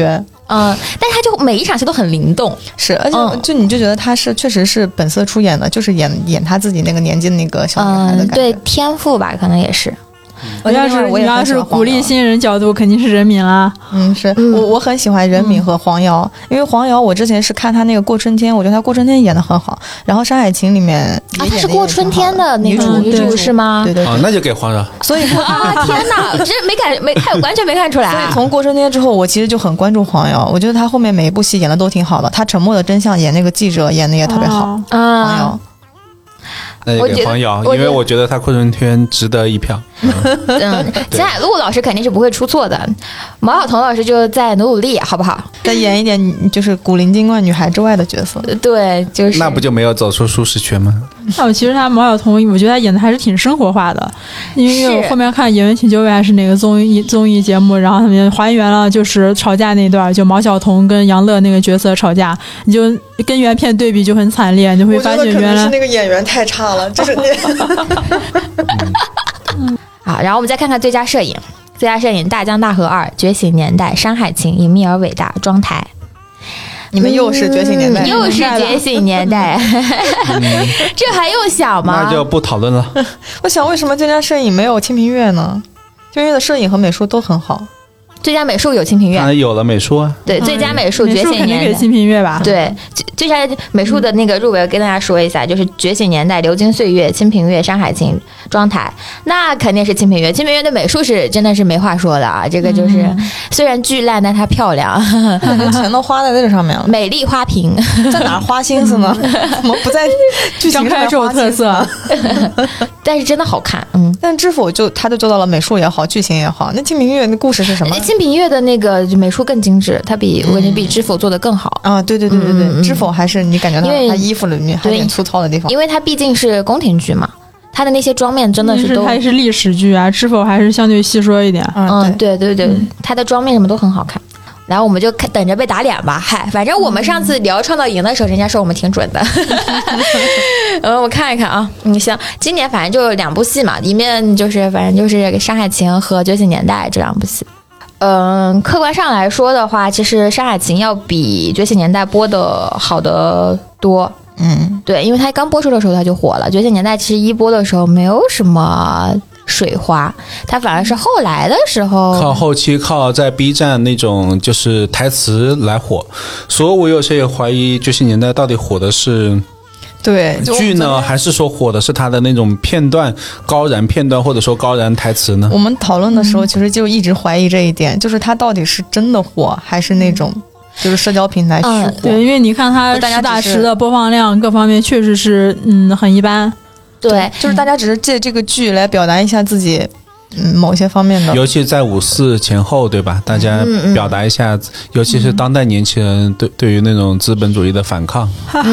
嗯，但他就每一场戏都很灵动，
是，而且
嗯
就你就觉得他是确实是本色出演的，就是演演他自己那个年纪的那个小女孩的
嗯，
感觉。
对，天赋吧，可能也是。
我
要是
我也
你要是
很喜欢黄瑶
鼓励新人角度，肯定是任敏啦。
嗯，是
嗯
我我很喜欢任敏和黄瑶，因为黄瑶我之前是看她那个《过春天》，我觉得她《过春天》演的很好。然后《山海情》里面也
啊，
演得
她是过春天的那
女主
个女主
女主
是吗？
对对对，
啊，那就给黄了。
所以过
啊，天哪，这没看没看，完全没看出来啊。
所以从《过春天》之后，我其实就很关注黄瑶，我觉得她后面每一部戏演的都挺好的。她《沉默的真相》演那个记者演的也特别好。
哦
黄
啊
瑶，
那就
我觉得
给黄瑶，
我觉得
因为我觉得他《过春天》值得一票。
嗯，金海璐老师肯定是不会出错的，毛晓彤老师就再努努力，好不好？
再演一点就是古灵精怪女孩之外的角色。
对，就是
那不就没有走出舒适圈吗？
那我其实他毛晓彤，我觉得他演的还是挺生活化的，因为我
是
后面看《演员请就位》还是哪个综艺综艺节目，然后他们还原了就是吵架那段，就毛晓彤跟杨乐那个角色吵架，你就跟原片对比就很惨烈，你就会发现原来
个演员太差了，就是那。
好，然后我们再看看最佳摄影，最佳摄影《大江大河二》《觉醒年代》《山海情》《隐秘而伟大》《妆台》。
你们又是觉醒年代，
嗯又是觉醒年代，这还用想吗？
那就不讨论了。
我想为什么最佳摄影没有清平乐呢？清平乐的摄影和美术都很好。
最佳美术有清平乐，
当然有了美术啊，
对，最佳美术《
美
觉醒年代
术肯定给》。新平乐吧？
对，最最佳美术的那个入围，跟大家说一下，就是《觉醒年代》《流金岁月》《清平乐》《山海情》《妆台》，那肯定是清平乐。清平乐的美术是真的是没话说的啊，这个就是、
嗯
虽然巨烂，但它漂亮，
钱都花在这上面了，
美丽花瓶。
在哪儿花心思呢？怎么不在剧情上面
张开这有
花心思
特色。
但是真的好看，嗯。
但知否就他就做到了美术也好，剧情也好。那清平乐的故事是什么？
清平乐的那个美术更精致，它比我感觉比知否做的更好，
啊，对对对对对，
嗯嗯嗯
知否还是你感觉到
因为
他衣服里面还有点粗糙的地方。
因为它毕竟是宫廷剧嘛，它的那些妆面真的
是
是都，
它是历史剧啊，知否还是相对细说一点。
嗯，
嗯，
对，
对对对，它的妆面什么都很好看。然后我们就看等着被打脸吧，嗨，反正我们上次聊创造营的时候，人家说我们挺准的。嗯，我看一看啊，嗯，行，今年反正就两部戏嘛，一面就是反正就是《山海情》和《觉醒年代》这两部戏。嗯，客观上来说的话，其实《山海情》要比《觉醒年代》播的好得多。
嗯，
对，因为它刚播出的时候它就火了，《觉醒年代》其实一播的时候没有什么水花，它反而是后来的时候
靠后期靠在 B 站那种就是台词来火，所以我有些也怀疑《觉醒年代》到底火的是
对，就
剧呢，还是说火的是它的那种片段高燃片段，或者说高燃台词呢？
我们讨论的时候，其实就一直怀疑这一点，就是它到底是真的火，还是那种就是社交平台去火？
对，因为你看它
大家
实打
只是
实的播放量各方面确实是嗯很一般。
对，
就是大家只是借这个剧来表达一下自己嗯某些方面的。
尤其在五四前后，对吧？大家
嗯嗯
表达一下，尤其是当代年轻人对对于那种资本主义的反抗。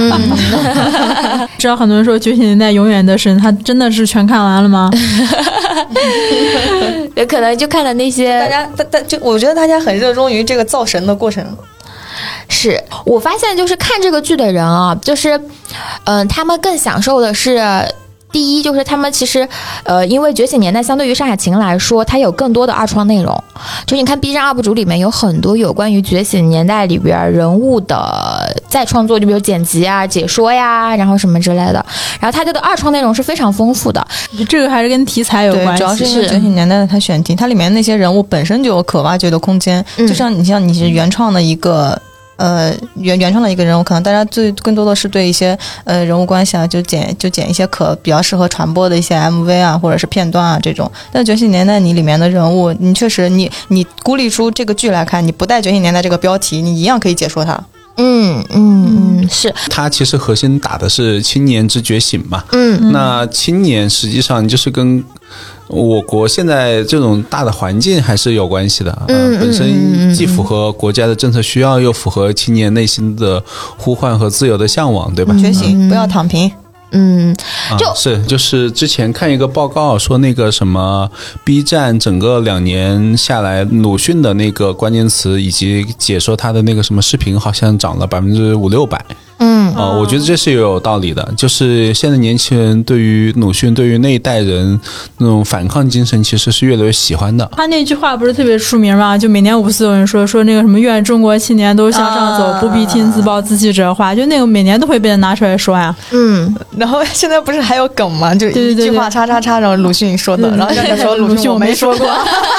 知道很多人说《觉醒年代》永远的神，他真的是全看完了吗？
有可能就看了那
大
些，
家，大大就我觉得大家很热衷于这个造神的过程。
是我发现就是看这个剧的人啊，就是，嗯、他们更享受的是。第一就是他们其实，呃，因为《觉醒年代》相对于《山海情》来说，它有更多的二创内容。就你看 B 站 U P 主里面有很多有关于《觉醒年代》里边人物的再创作，就比如剪辑啊、解说呀，然后什么之类的。然后它这个二创内容是非常丰富的。
这个还是跟题材有
对，
关系。
主要是因为《觉醒年代》的它选题，它里面那些人物本身就有可挖掘的空间。
嗯
就像你像你是原创的一个。呃，原原创的一个人物，可能大家最更多的是对一些呃人物关系啊，就剪就剪一些可比较适合传播的一些 M V 啊，或者是片段啊这种。但《觉醒年代》你里面的人物，你确实你你孤立出这个剧来看，你不带《觉醒年代》这个标题，你一样可以解说它。
嗯嗯嗯，是，
它其实核心打的是青年之觉醒嘛。
嗯
那青年实际上就是跟我国现在这种大的环境还是有关系的啊、
嗯嗯
本身既符合国家的政策需要，又符合青年内心的呼唤和自由的向往，对吧？
觉醒，不要躺平。
嗯，
啊、
就是
就是之前看一个报告说那个什么 B 站整个两年下来鲁迅的那个关键词以及解说他的那个什么视频好像涨了百分之五六百。
嗯
呃，我觉得这是有道理的，就是现在年轻人对于鲁迅，对于那一代人那种反抗精神，其实是越来越喜欢的。
他那句话不是特别出名吗？就每年五四有人说说那个什么愿中国青年都向上走，啊、不必听自暴自弃者话，就那个每年都会被人拿出来说呀。
嗯，然后现在不是还有梗吗？就一句话叉叉叉，然后鲁迅说的，
对对对
然后人家说鲁迅我没说过，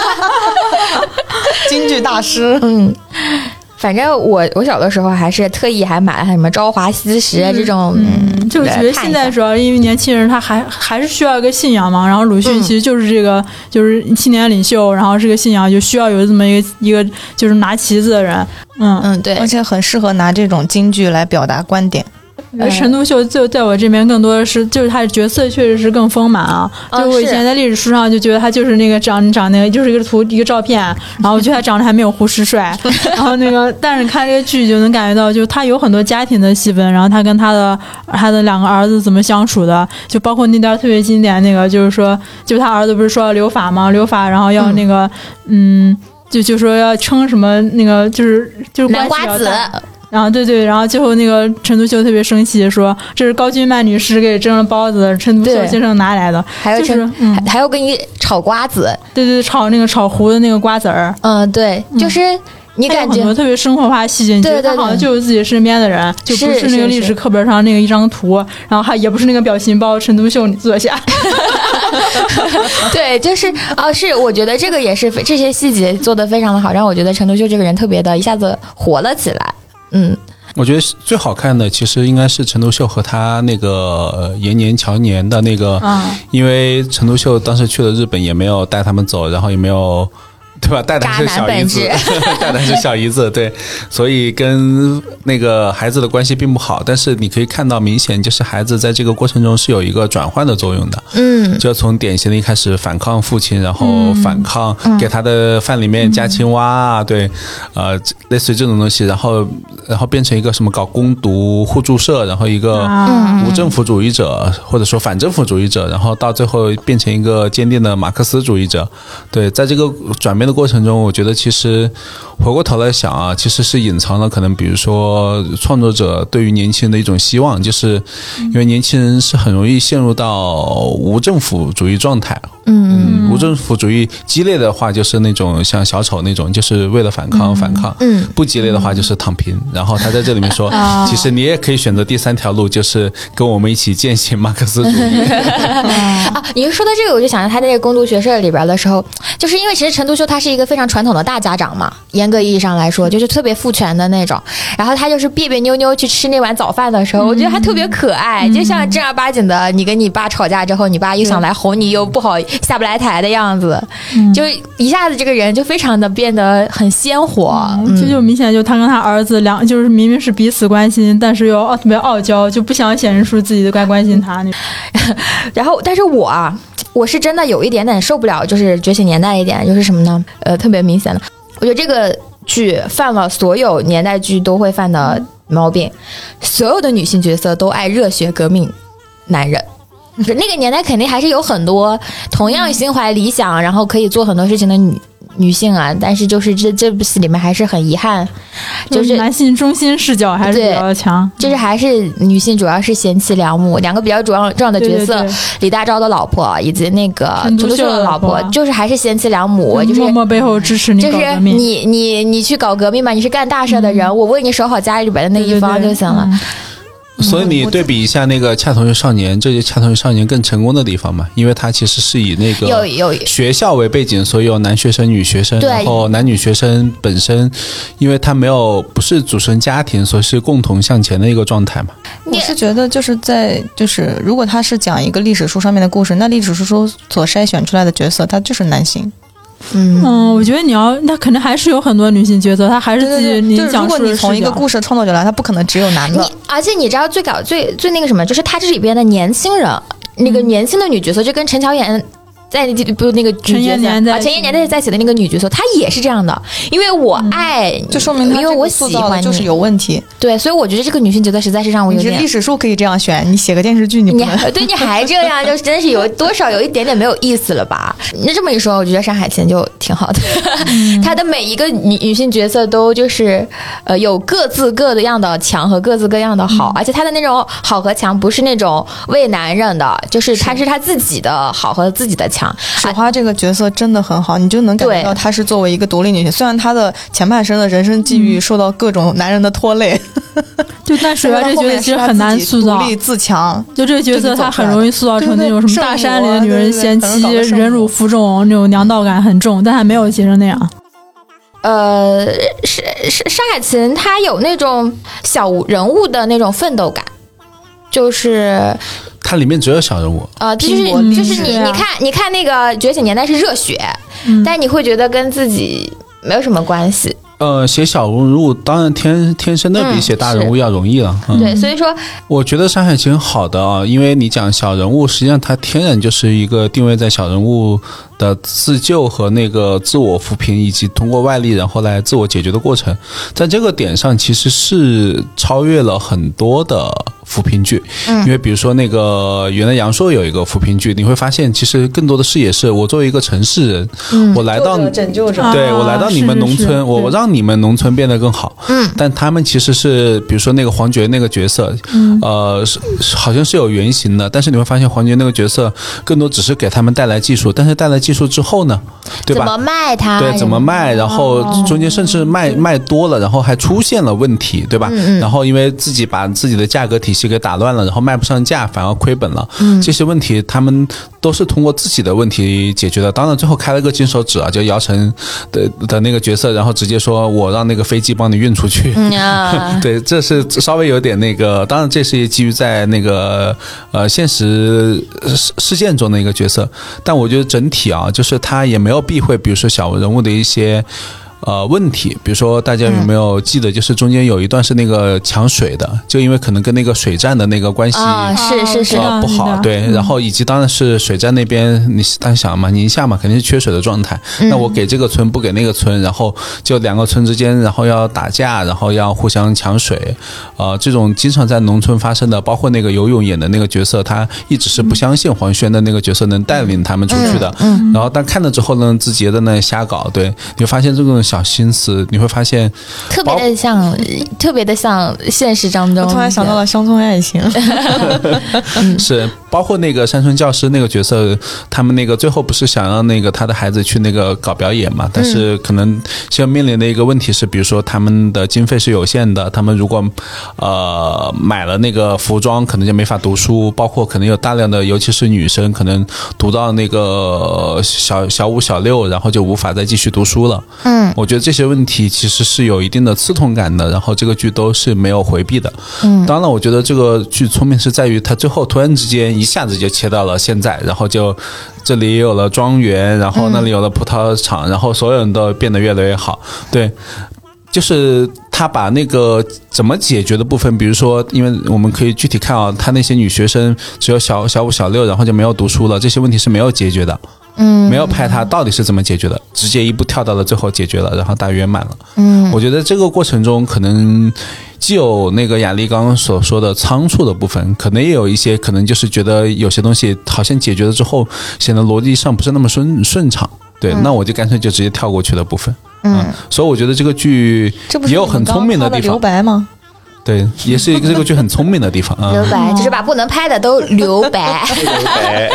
京剧大师，
嗯。反正我我小的时候还是特意还买了什么《朝华夕拾》这种，
嗯，就我觉得现在主要是因为年轻人他还还是需要一个信仰嘛，然后鲁迅其实就是这个、嗯、就是青年领袖，然后这个信仰就需要有这么一个一个就是拿旗子的人，嗯
嗯对，而且很适合拿这种京剧来表达观点。
而陈独秀就在我这边更多的是，就是他的角色确实是更丰满啊。
哦、
就我以前在历史书上就觉得他就是那个长长那个就是一个图一个照片，然后我觉得他长得还没有胡适帅。然后那个，但是看这个剧就能感觉到，就他有很多家庭的戏份，然后他跟他的他的两个儿子怎么相处的，就包括那段特别经典那个，就是说，就他儿子不是说要留法吗？留法，然后要那个，嗯，嗯就就说要称什么那个，就是就是
南瓜子。
然后对对，然后最后那个陈独秀特别生气，说这是高君曼女士给蒸了包子，陈独秀先生拿来的。
还有陈、就是嗯，还有给你炒瓜子，
对对，炒那个炒糊的那个瓜子儿。
嗯，对，就是你感觉
很多特别生活化细节，你觉得他好像就是自己身边的人，就不是那个历史课本上那个一张图，然后还也不是那个表情包，陈独秀你坐下。
对，就是啊，是我觉得这个也是这些细节做得非常的好，让我觉得陈独秀这个人特别的一下子活了起来。嗯，
我觉得最好看的其实应该是陈独秀和他那个延年乔年的那个、嗯，因为陈独秀当时去了日本也没有带他们走，然后也没有。对吧？带的是小姨子，带的是小姨子，对，所以跟那个孩子的关系并不好。但是你可以看到，明显就是孩子在这个过程中是有一个转换的作用的。
嗯，
就从典型的一开始反抗父亲，然后反抗给他的饭里面加青蛙啊，嗯、对，呃，类似于这种东西，然后然后变成一个什么搞攻读互助社，然后一个无政府主义者、嗯、或者说反政府主义者，然后到最后变成一个坚定的马克思主义者。对，在这个转变的过程中，我觉得其实回过头来想啊，其实是隐藏了可能比如说创作者对于年轻人的一种希望，就是因为年轻人是很容易陷入到无政府主义状态。嗯，无政府主义激烈的话就是那种像小丑那种，就是为了反抗、嗯、反抗。嗯，不激烈的话就是躺平。然后他在这里面说，嗯、其实你也可以选择第三条路，就是跟我们一起践行马克思主义。
啊，你说到这个，我就想到他在这个攻读学社里边的时候，就是因为其实陈独秀他是一个非常传统的大家长嘛，严格意义上来说就是特别父权的那种。然后他就是别别扭扭去吃那碗早饭的时候，我觉得还特别可爱，嗯、就像正儿八经的，你跟你爸吵架之后，你爸又想来哄你，又不好下不来台的样子，嗯、就一下子这个人就非常的变得很鲜活。
嗯、这就明显就他跟他儿子两就是明明是彼此关心，但是又特别傲娇，就不想显示出自己的该关心他。
然后，但是我啊，我是真的有一点点受不了，就是《觉醒年代》一点，就是什么呢？呃，特别明显的，我觉得这个剧犯了所有年代剧都会犯的毛病，所有的女性角色都爱热血革命男人。那个年代肯定还是有很多同样心怀理想，然后可以做很多事情的女女性啊，但是就是这这部戏里面还是很遗憾，就是
男性中心视角还是比较强，
就是还是女性主要是贤妻良母，两个比较主要重要的角色，对对对，李大钊的老婆以及那个陈独秀的老婆，就是还是贤妻良母，就是
默默背后支持你搞革命，
就是你你你去搞革命嘛，你是干大事的人，嗯、我为你守好家里边的那一方就行了。对对对，嗯
所以你对比一下那个《恰同学少年》，这就是《恰同学少年》更成功的地方嘛，因为它其实是以那个学校为背景，所以有男学生、女学生，然后男女学生本身，因为他没有不是组成家庭，所以是共同向前的一个状态嘛。
我是觉得就是在就是如果他是讲一个历史书上面的故事，那历史书所筛选出来的角色，他就是男性。
嗯, 嗯，我觉得你要，那可能还是有很多女性角色，她还是自己你讲述的视角。
如果你从一个故事创作者来，他不可能只有男的。
而且你知道最搞最最那个什么，就是他这里边的年轻人，那个年轻的女角色，就跟陈乔妍在不那个
陈延年在
啊，陈延年在在写的那个女角色，她也是这样的，因为我爱，
嗯、就说明她
因为我喜欢
就是有问题。
对，所以我觉得这个女性角色实在是让我有点。
你历史书可以这样选，你写个电视剧你不能。
你对你还这样，就真是有多少有一点点没有意思了吧？那这么一说，我觉得《山海情》就挺好的，嗯、她的每一个女女性角色都就是呃有各自各的样的强和各自各样的好，嗯、而且她的那种好和强不是那种为男人的，就是她是她自己的好和自己的强。
水花这个角色真的很好，你就能感觉到她是作为一个独立女性，虽然她的前半生的人生际遇受到各种男人的拖累，
就但水花这个角色其实很难塑造，
独立自强。
就这个角色，她很容易塑造成那种什么大山里的女人贤妻，忍辱负重，那种娘道感很重，但还没有写成那样。
呃，是是《山海情》，它有那种小人物的那种奋斗感，就是
它里面只有小人物，
呃，就是就是你你看你看那个《觉醒年代》是热血，
嗯、
但你会觉得跟自己没有什么关系。
呃，写小人物当然天天生的比写大人物要容易了。
嗯嗯、对，所以说
我觉得《山海情》好的啊，因为你讲小人物，实际上它天然就是一个定位在小人物的自救和那个自我扶贫，以及通过外力然后来自我解决的过程，在这个点上其实是超越了很多的扶贫剧。嗯，因为比如说那个原来杨烁有一个扶贫剧，你会发现其实更多的视野是我作为一个城市人，嗯、我来到
拯救者，
对、啊、我来到你们农村，是是是我让你们农村变得更好。嗯，但他们其实是比如说那个黄觉那个角色，嗯、呃是好像是有原型的，但是你会发现黄觉那个角色更多只是给他们带来技术，但是带来技术之后呢，对吧？
怎么卖它？
对，怎么卖？然后中间甚至卖卖多了，然后还出现了问题，对吧？嗯嗯，然后因为自己把自己的价格体系给打乱了，然后卖不上价，反而亏本了。嗯，这些问题他们都是通过自己的问题解决的。当然最后开了个金手指啊，就姚晨的的那个角色，然后直接说我让那个飞机帮你运出去。嗯啊，对，这是稍微有点那个，当然这是基于在那个呃现实事件中的一个角色，但我觉得整体啊，就是他也没有避讳，比如说小人物的一些。呃，问题，比如说大家有没有记得，就是中间有一段是那个抢水的，就因为可能跟那个水站的那个关系
啊，是是是、
呃、不好，对，然后以及当然是水站那边，你大家想嘛，宁夏嘛，肯定是缺水的状态，那我给这个村不给那个村，然后就两个村之间，然后要打架，然后要互相抢水，呃，这种经常在农村发生的，包括那个游泳演的那个角色，他一直是不相信黄轩的那个角色能带领他们出去的，嗯，嗯然后但看了之后呢，自己在那瞎搞，对，你会发现这种小心思，你会发现
特别的像，特别的像现实当中。
我突然想到了乡村爱情，
是包括那个山村教师那个角色，他们那个最后不是想让那个他的孩子去那个搞表演嘛？但是可能现在面临的一个问题是，比如说他们的经费是有限的，他们如果呃买了那个服装，可能就没法读书，包括可能有大量的，尤其是女生，可能读到那个小小五、小六，然后就无法再继续读书了。嗯，我觉得这些问题其实是有一定的刺痛感的，然后这个剧都是没有回避的。嗯，当然我觉得这个剧聪明是在于它最后突然之间一下子就切到了现在，然后就这里有了庄园，然后那里有了葡萄厂，然后所有人都变得越来越好。对，就是他把那个怎么解决的部分，比如说因为我们可以具体看啊，他那些女学生只有小小五小六，然后就没有读书了，这些问题是没有解决的。嗯，没有拍他到底是怎么解决的，直接一步跳到了最后解决了，然后大圆满了。嗯，我觉得这个过程中可能既有那个雅丽刚刚所说的仓促的部分，可能也有一些可能就是觉得有些东西好像解决了之后显得逻辑上不是那么顺顺畅。对、嗯，那我就干脆就直接跳过去的部分。嗯，嗯所以我觉得这个剧也有很聪明的地方。
留白吗？
对，也是一个这个剧很聪明的地方啊。
留白就是把不能拍的都留白。留白。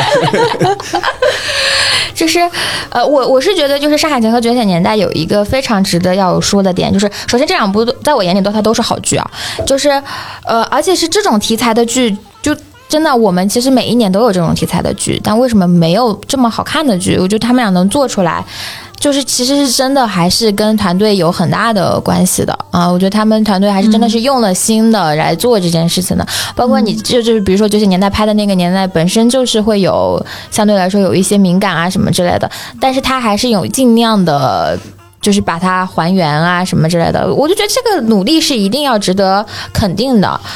就是呃，我我是觉得就是《山海情》和《觉醒年代》有一个非常值得要说的点，就是首先这两部在我眼里都它都是好剧啊，就是呃，而且是这种题材的剧，就真的我们其实每一年都有这种题材的剧，但为什么没有这么好看的剧？我觉得他们俩能做出来。就是其实是真的还是跟团队有很大的关系的啊！我觉得他们团队还是真的是用了心的来做这件事情的。包括你就就是比如说《觉醒年代》拍的那个年代本身就是会有相对来说有一些敏感啊什么之类的，但是他还是有尽量的就是把它还原啊什么之类的。我就觉得这个努力是一定要值得肯定的。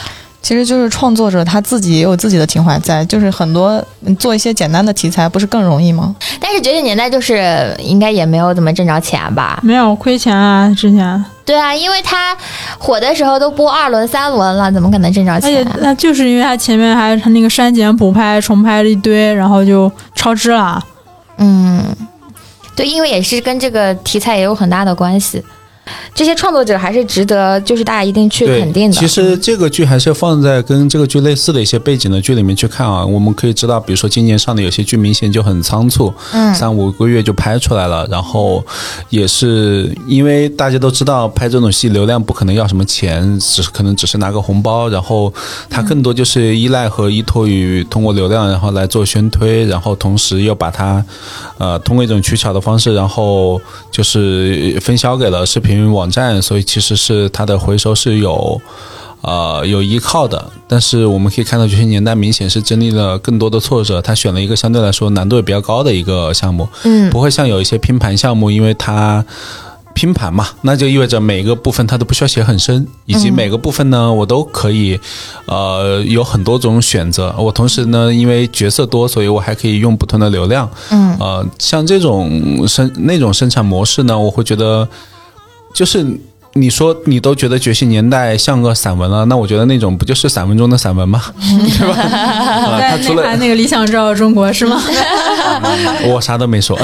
其实就是创作者他自己也有自己的情怀在，就是很多做一些简单的题材不是更容易吗？
但是九九年代就是应该也没有怎么挣着钱吧？
没有亏钱啊，之前。
对啊，因为他火的时候都播二轮三轮了，怎么可能挣着钱？
而且那就是因为他前面还他那个删减补拍重拍了一堆，然后就超支了。
嗯，对，因为也是跟这个题材也有很大的关系。这些创作者还是值得，就是大家一定去肯定的。
其实这个剧还是放在跟这个剧类似的一些背景的剧里面去看啊。我们可以知道，比如说今年上的有些剧明显就很仓促，嗯，三五个月就拍出来了。然后也是因为大家都知道，拍这种戏流量不可能要什么钱，只是可能只是拿个红包。然后它更多就是依赖和依托于通过流量，然后来做宣推，然后同时又把它呃通过一种取巧的方式，然后就是分销给了视频网站，所以其实是它的回收是有呃有依靠的。但是我们可以看到九十年代明显是经历了更多的挫折，他选了一个相对来说难度也比较高的一个项目，嗯，不会像有一些拼盘项目，因为它拼盘嘛，那就意味着每个部分它都不需要写很深，以及每个部分呢我都可以呃有很多种选择。我同时呢因为角色多，所以我还可以用不同的流量，嗯，呃像这种生那种生产模式呢，我会觉得就是你说你都觉得觉醒年代像个散文了，那我觉得那种不就是散文中的散文吗？对吧？
啊、在内涵那个理想照中国是吗？
我啥都没说。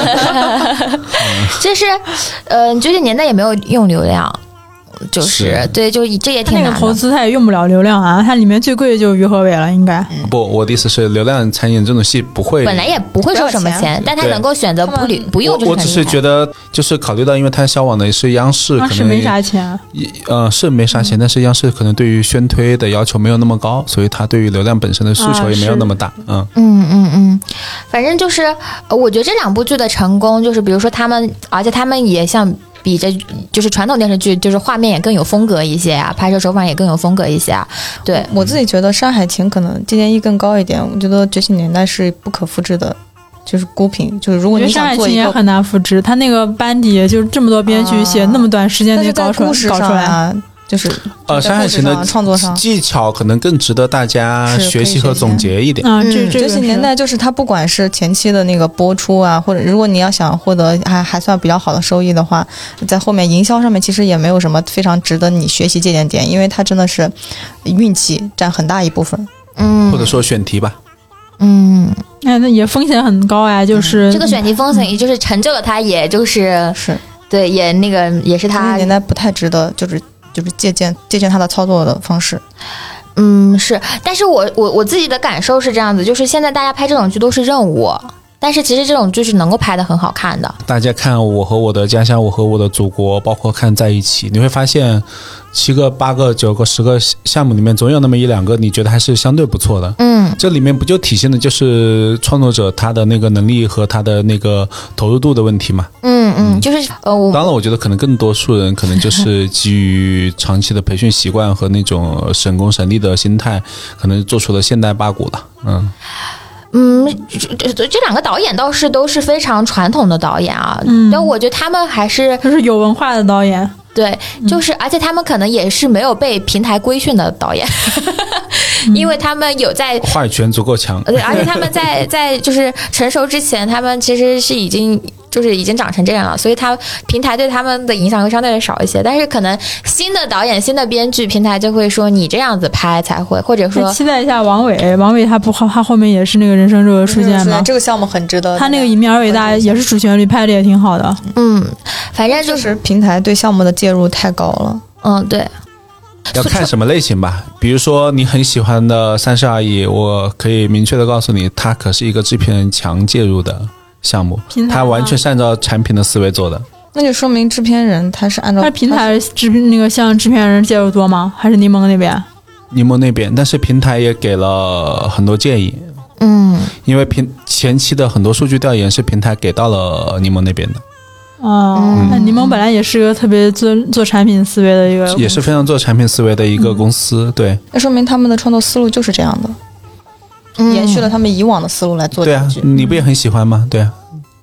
其实，呃，九十年代也没有用流量。就是，是对，就这也挺难的。
那个投资它也用不了流量啊，它里面最贵的就是于和伟了，应该。
嗯、不，我的意思是，流量参演这种戏不会，
本来也不会收什么钱，但他能够选择不不用，
我只是觉得，就是考虑到，因为它销往的是央视，可能
是没啥钱，
呃，是没啥钱，嗯、但是央视可能对于宣推的要求没有那么高，所以它对于流量本身的诉求也没有那么大。啊、嗯
嗯嗯嗯，反正就是，我觉得这两部剧的成功，就是比如说他们，而且他们也像。比着就是传统电视剧，就是画面也更有风格一些啊，拍摄手法也更有风格一些啊。对，
我自己觉得《山海情》可能借鉴意更高一点，我觉得《觉醒年代》是不可复制的，就是孤品。就是如果你想做一个，
山海情也很难复制，他那个班底就是这么多编剧写那么短时间内搞出来，搞出来啊。就是
呃，山海情的
创作上
技巧可能更值得大家学习和总结一点。
啊，这这些年代就是它不管是前期的那个播出啊，或者如果你要想获得还还算比较好的收益的话，在后面营销上面其实也没有什么非常值得你学习借鉴点，因为它真的是运气占很大一部分。
嗯，
或者说选题吧。
嗯，
哎，那也风险很高哎，就是、
嗯、这个选题风险，也就是成就了它，也就是
是
对，也那个也是它
年代不太值得，就是。就是借鉴借鉴他的操作的方式，
嗯，是，但是我我我自己的感受是这样子，就是现在大家拍这种剧都是任务，但是其实这种剧是能够拍得很好看的。
大家看《我和我的家乡》，我和我的祖国，包括看在一起，你会发现七个、八个、九个、十个项目里面，总有那么一两个你觉得还是相对不错的。嗯，这里面不就体现的就是创作者他的那个能力和他的那个投入度的问题嘛？
嗯嗯，就是呃，我
当然，我觉得可能更多数人可能就是基于长期的培训习惯和那种省工省力的心态，可能做出了现代八股了。嗯。
嗯，这这两个导演倒是都是非常传统的导演啊，嗯，但我觉得他们还是
就是有文化的导演，
对，就是、嗯、而且他们可能也是没有被平台规训的导演，嗯、因为他们有在
话语权足够强，
对，而且他们在在就是成熟之前，他们其实是已经就是已经长成这样了，所以他平台对他们的影响会相对的少一些。但是可能新的导演、新的编剧，平台就会说你这样子拍才会，或者说
期待一下王伟，王伟他不他后面也是那个人生这个事件吗？
这个项目很值得。
他那个以面而伟大也是主旋律，拍的也挺好的。
嗯，反正就是
平台对项目的介入太高了。
嗯，对。
要看什么类型吧，比如说你很喜欢的《三十而已》，我可以明确的告诉你，它可是一个制片人强介入的项目，他完全是按照产品的思维做的。
那就说明制片人他是按照
他平台制那个像制片人介入多吗？还是柠檬那边？
柠檬那边，但是平台也给了很多建议。嗯，因为平前期的很多数据调研是平台给到了柠檬那边的。
哦，嗯、那柠檬本来也是个特别做做产品思维的一个，
也是非常做产品思维的一个公司。嗯、对，
那说明他们的创作思路就是这样的。嗯、延续了他们以往的思路来做。
对啊，你不也很喜欢吗？对啊。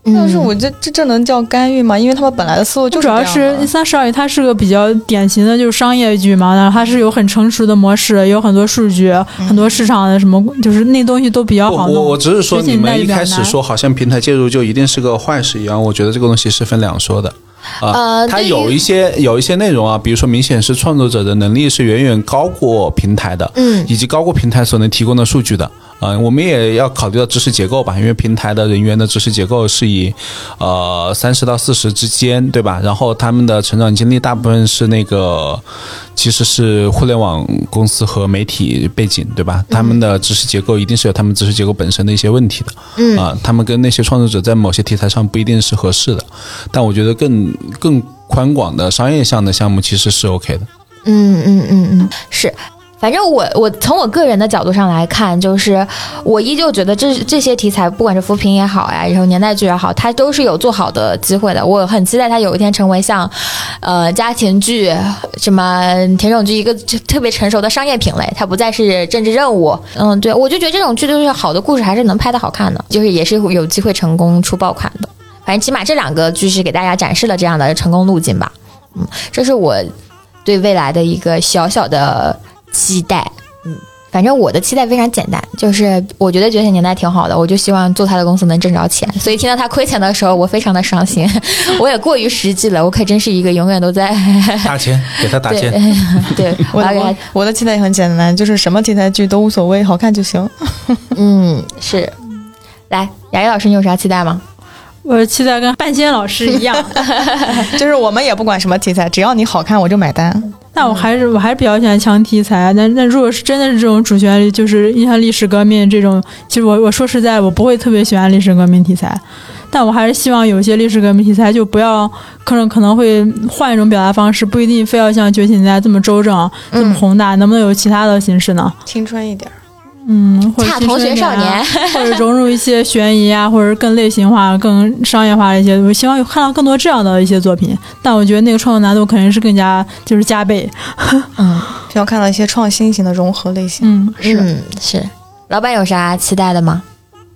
但是我这这这能叫干预吗？因为他们本来的思路就是
主要是《三十而已》，它是个比较典型的就是商业剧嘛，然后它是有很成熟的模式，有很多数据，嗯、很多市场的什么，就是那东西都比较好弄。
我我只是说你们一开始说好像平台介入就一定是个坏事一样，我觉得这个东西是分两说的。呃，它有一些有一些内容啊，比如说明显是创作者的能力是远远高过平台的，
嗯，
以及高过平台所能提供的数据的。呃，我们也要考虑到知识结构吧，因为平台的人员的知识结构是以呃三十到四十之间，对吧？然后他们的成长经历大部分是那个其实是互联网公司和媒体背景，对吧？他们的知识结构一定是有他们知识结构本身的一些问题的，
嗯
啊、呃，他们跟那些创作者在某些题材上不一定是合适的，但我觉得更更宽广的商业向的项目其实是 OK 的。
嗯嗯嗯嗯，是。反正我我从我个人的角度上来看，就是我依旧觉得这这些题材，不管是扶贫也好呀，然后年代剧也好，它都是有做好的机会的。我很期待它有一天成为像，呃，家庭剧、什么甜宠剧一个特别成熟的商业品类，它不再是政治任务。嗯，对，我就觉得这种剧都是好的故事，还是能拍得好看的，就是也是有机会成功出爆款的。反正起码这两个剧是给大家展示了这样的成功路径吧。嗯，这是我对未来的一个小小的期待。嗯，反正我的期待非常简单，就是我觉得觉醒年代挺好的，我就希望做他的公司能挣着钱，所以听到他亏钱的时候我非常的伤心。我也过于实际了，我可真是一个永远都在
打钱，给他打钱。
对，对
我的我的期待也很简单，就是什么题材剧都无所谓，好看就行。
嗯，是。来，雅怡老师你有啥期待吗？
我期待跟半仙老师一样，
就是我们也不管什么题材，只要你好看我就买单。
但我还是我还是比较喜欢强题材，但但如果是真的是这种主旋律，就是像历史革命这种，其实我我说实在，我不会特别喜欢历史革命题材，但我还是希望有些历史革命题材就不要可能可能会换一种表达方式，不一定非要像觉醒年代这么周正、这么宏大，能不能有其他的形式呢？
青春一点。
嗯，或者
恰同学少年，
或者融入一些悬疑啊，或者更类型化、更商业化的一些，我希望有看到更多这样的一些作品。但我觉得那个创作难度肯定是更加就是加倍。
嗯，需要看到一些创新型的融合类型。
嗯，是、
嗯、是。老板有啥期待的吗？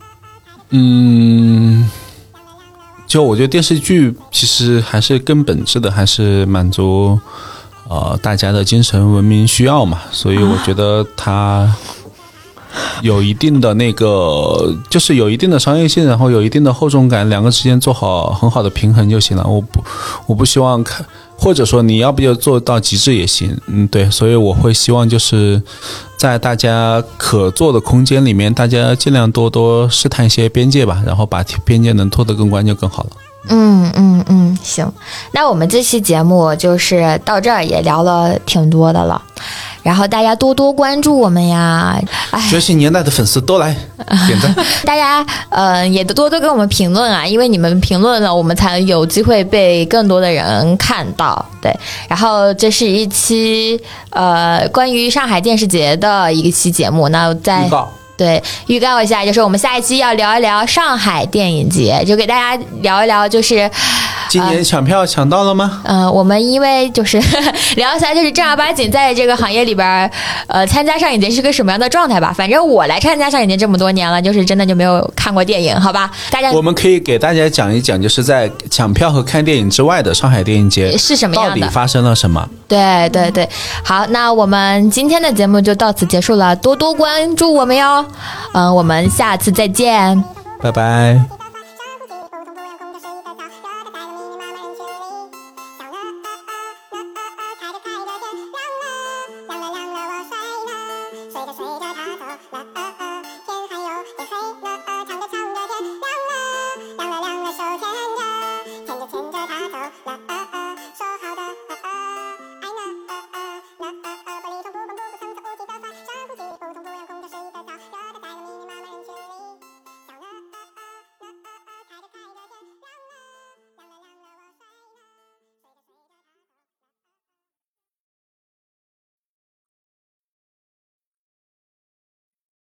嗯，就我觉得电视剧其实还是更本质的，还是满足呃大家的精神文明需要嘛，所以我觉得它有一定的那个，就是有一定的商业性，然后有一定的厚重感，两个之间做好很好的平衡就行了。我不，我不希望看，或者说你要不要做到极致也行，嗯，对，所以我会希望就是在大家可做的空间里面，大家尽量多多试探一些边界吧，然后把边界能拖得更宽就更好了。
嗯嗯嗯，行，那我们这期节目就是到这儿也聊了挺多的了。然后大家多多关注我们呀！
觉醒年代的粉丝都来点赞，
大家呃也多多给我们评论啊，因为你们评论了，我们才有机会被更多的人看到。对，然后这是一期呃关于上海电视节的一期节目，那在
预告。
对，预告一下，就是我们下一期要聊一聊上海电影节，就给大家聊一聊，就是
今年抢票抢到了吗？
呃，我们因为就是聊一下，就是正儿八经在这个行业里边，呃，参加上影节是个什么样的状态吧。反正我来参加上影节这么多年了，就是真的就没有看过电影，好吧？大家
我们可以给大家讲一讲，就是在抢票和看电影之外的上海电影节
是什么样的，
到底发生了什么？
对对对，好，那我们今天的节目就到此结束了，多多关注我们哟。嗯、呃，我们下次再见，
拜拜。
随着随着他走了。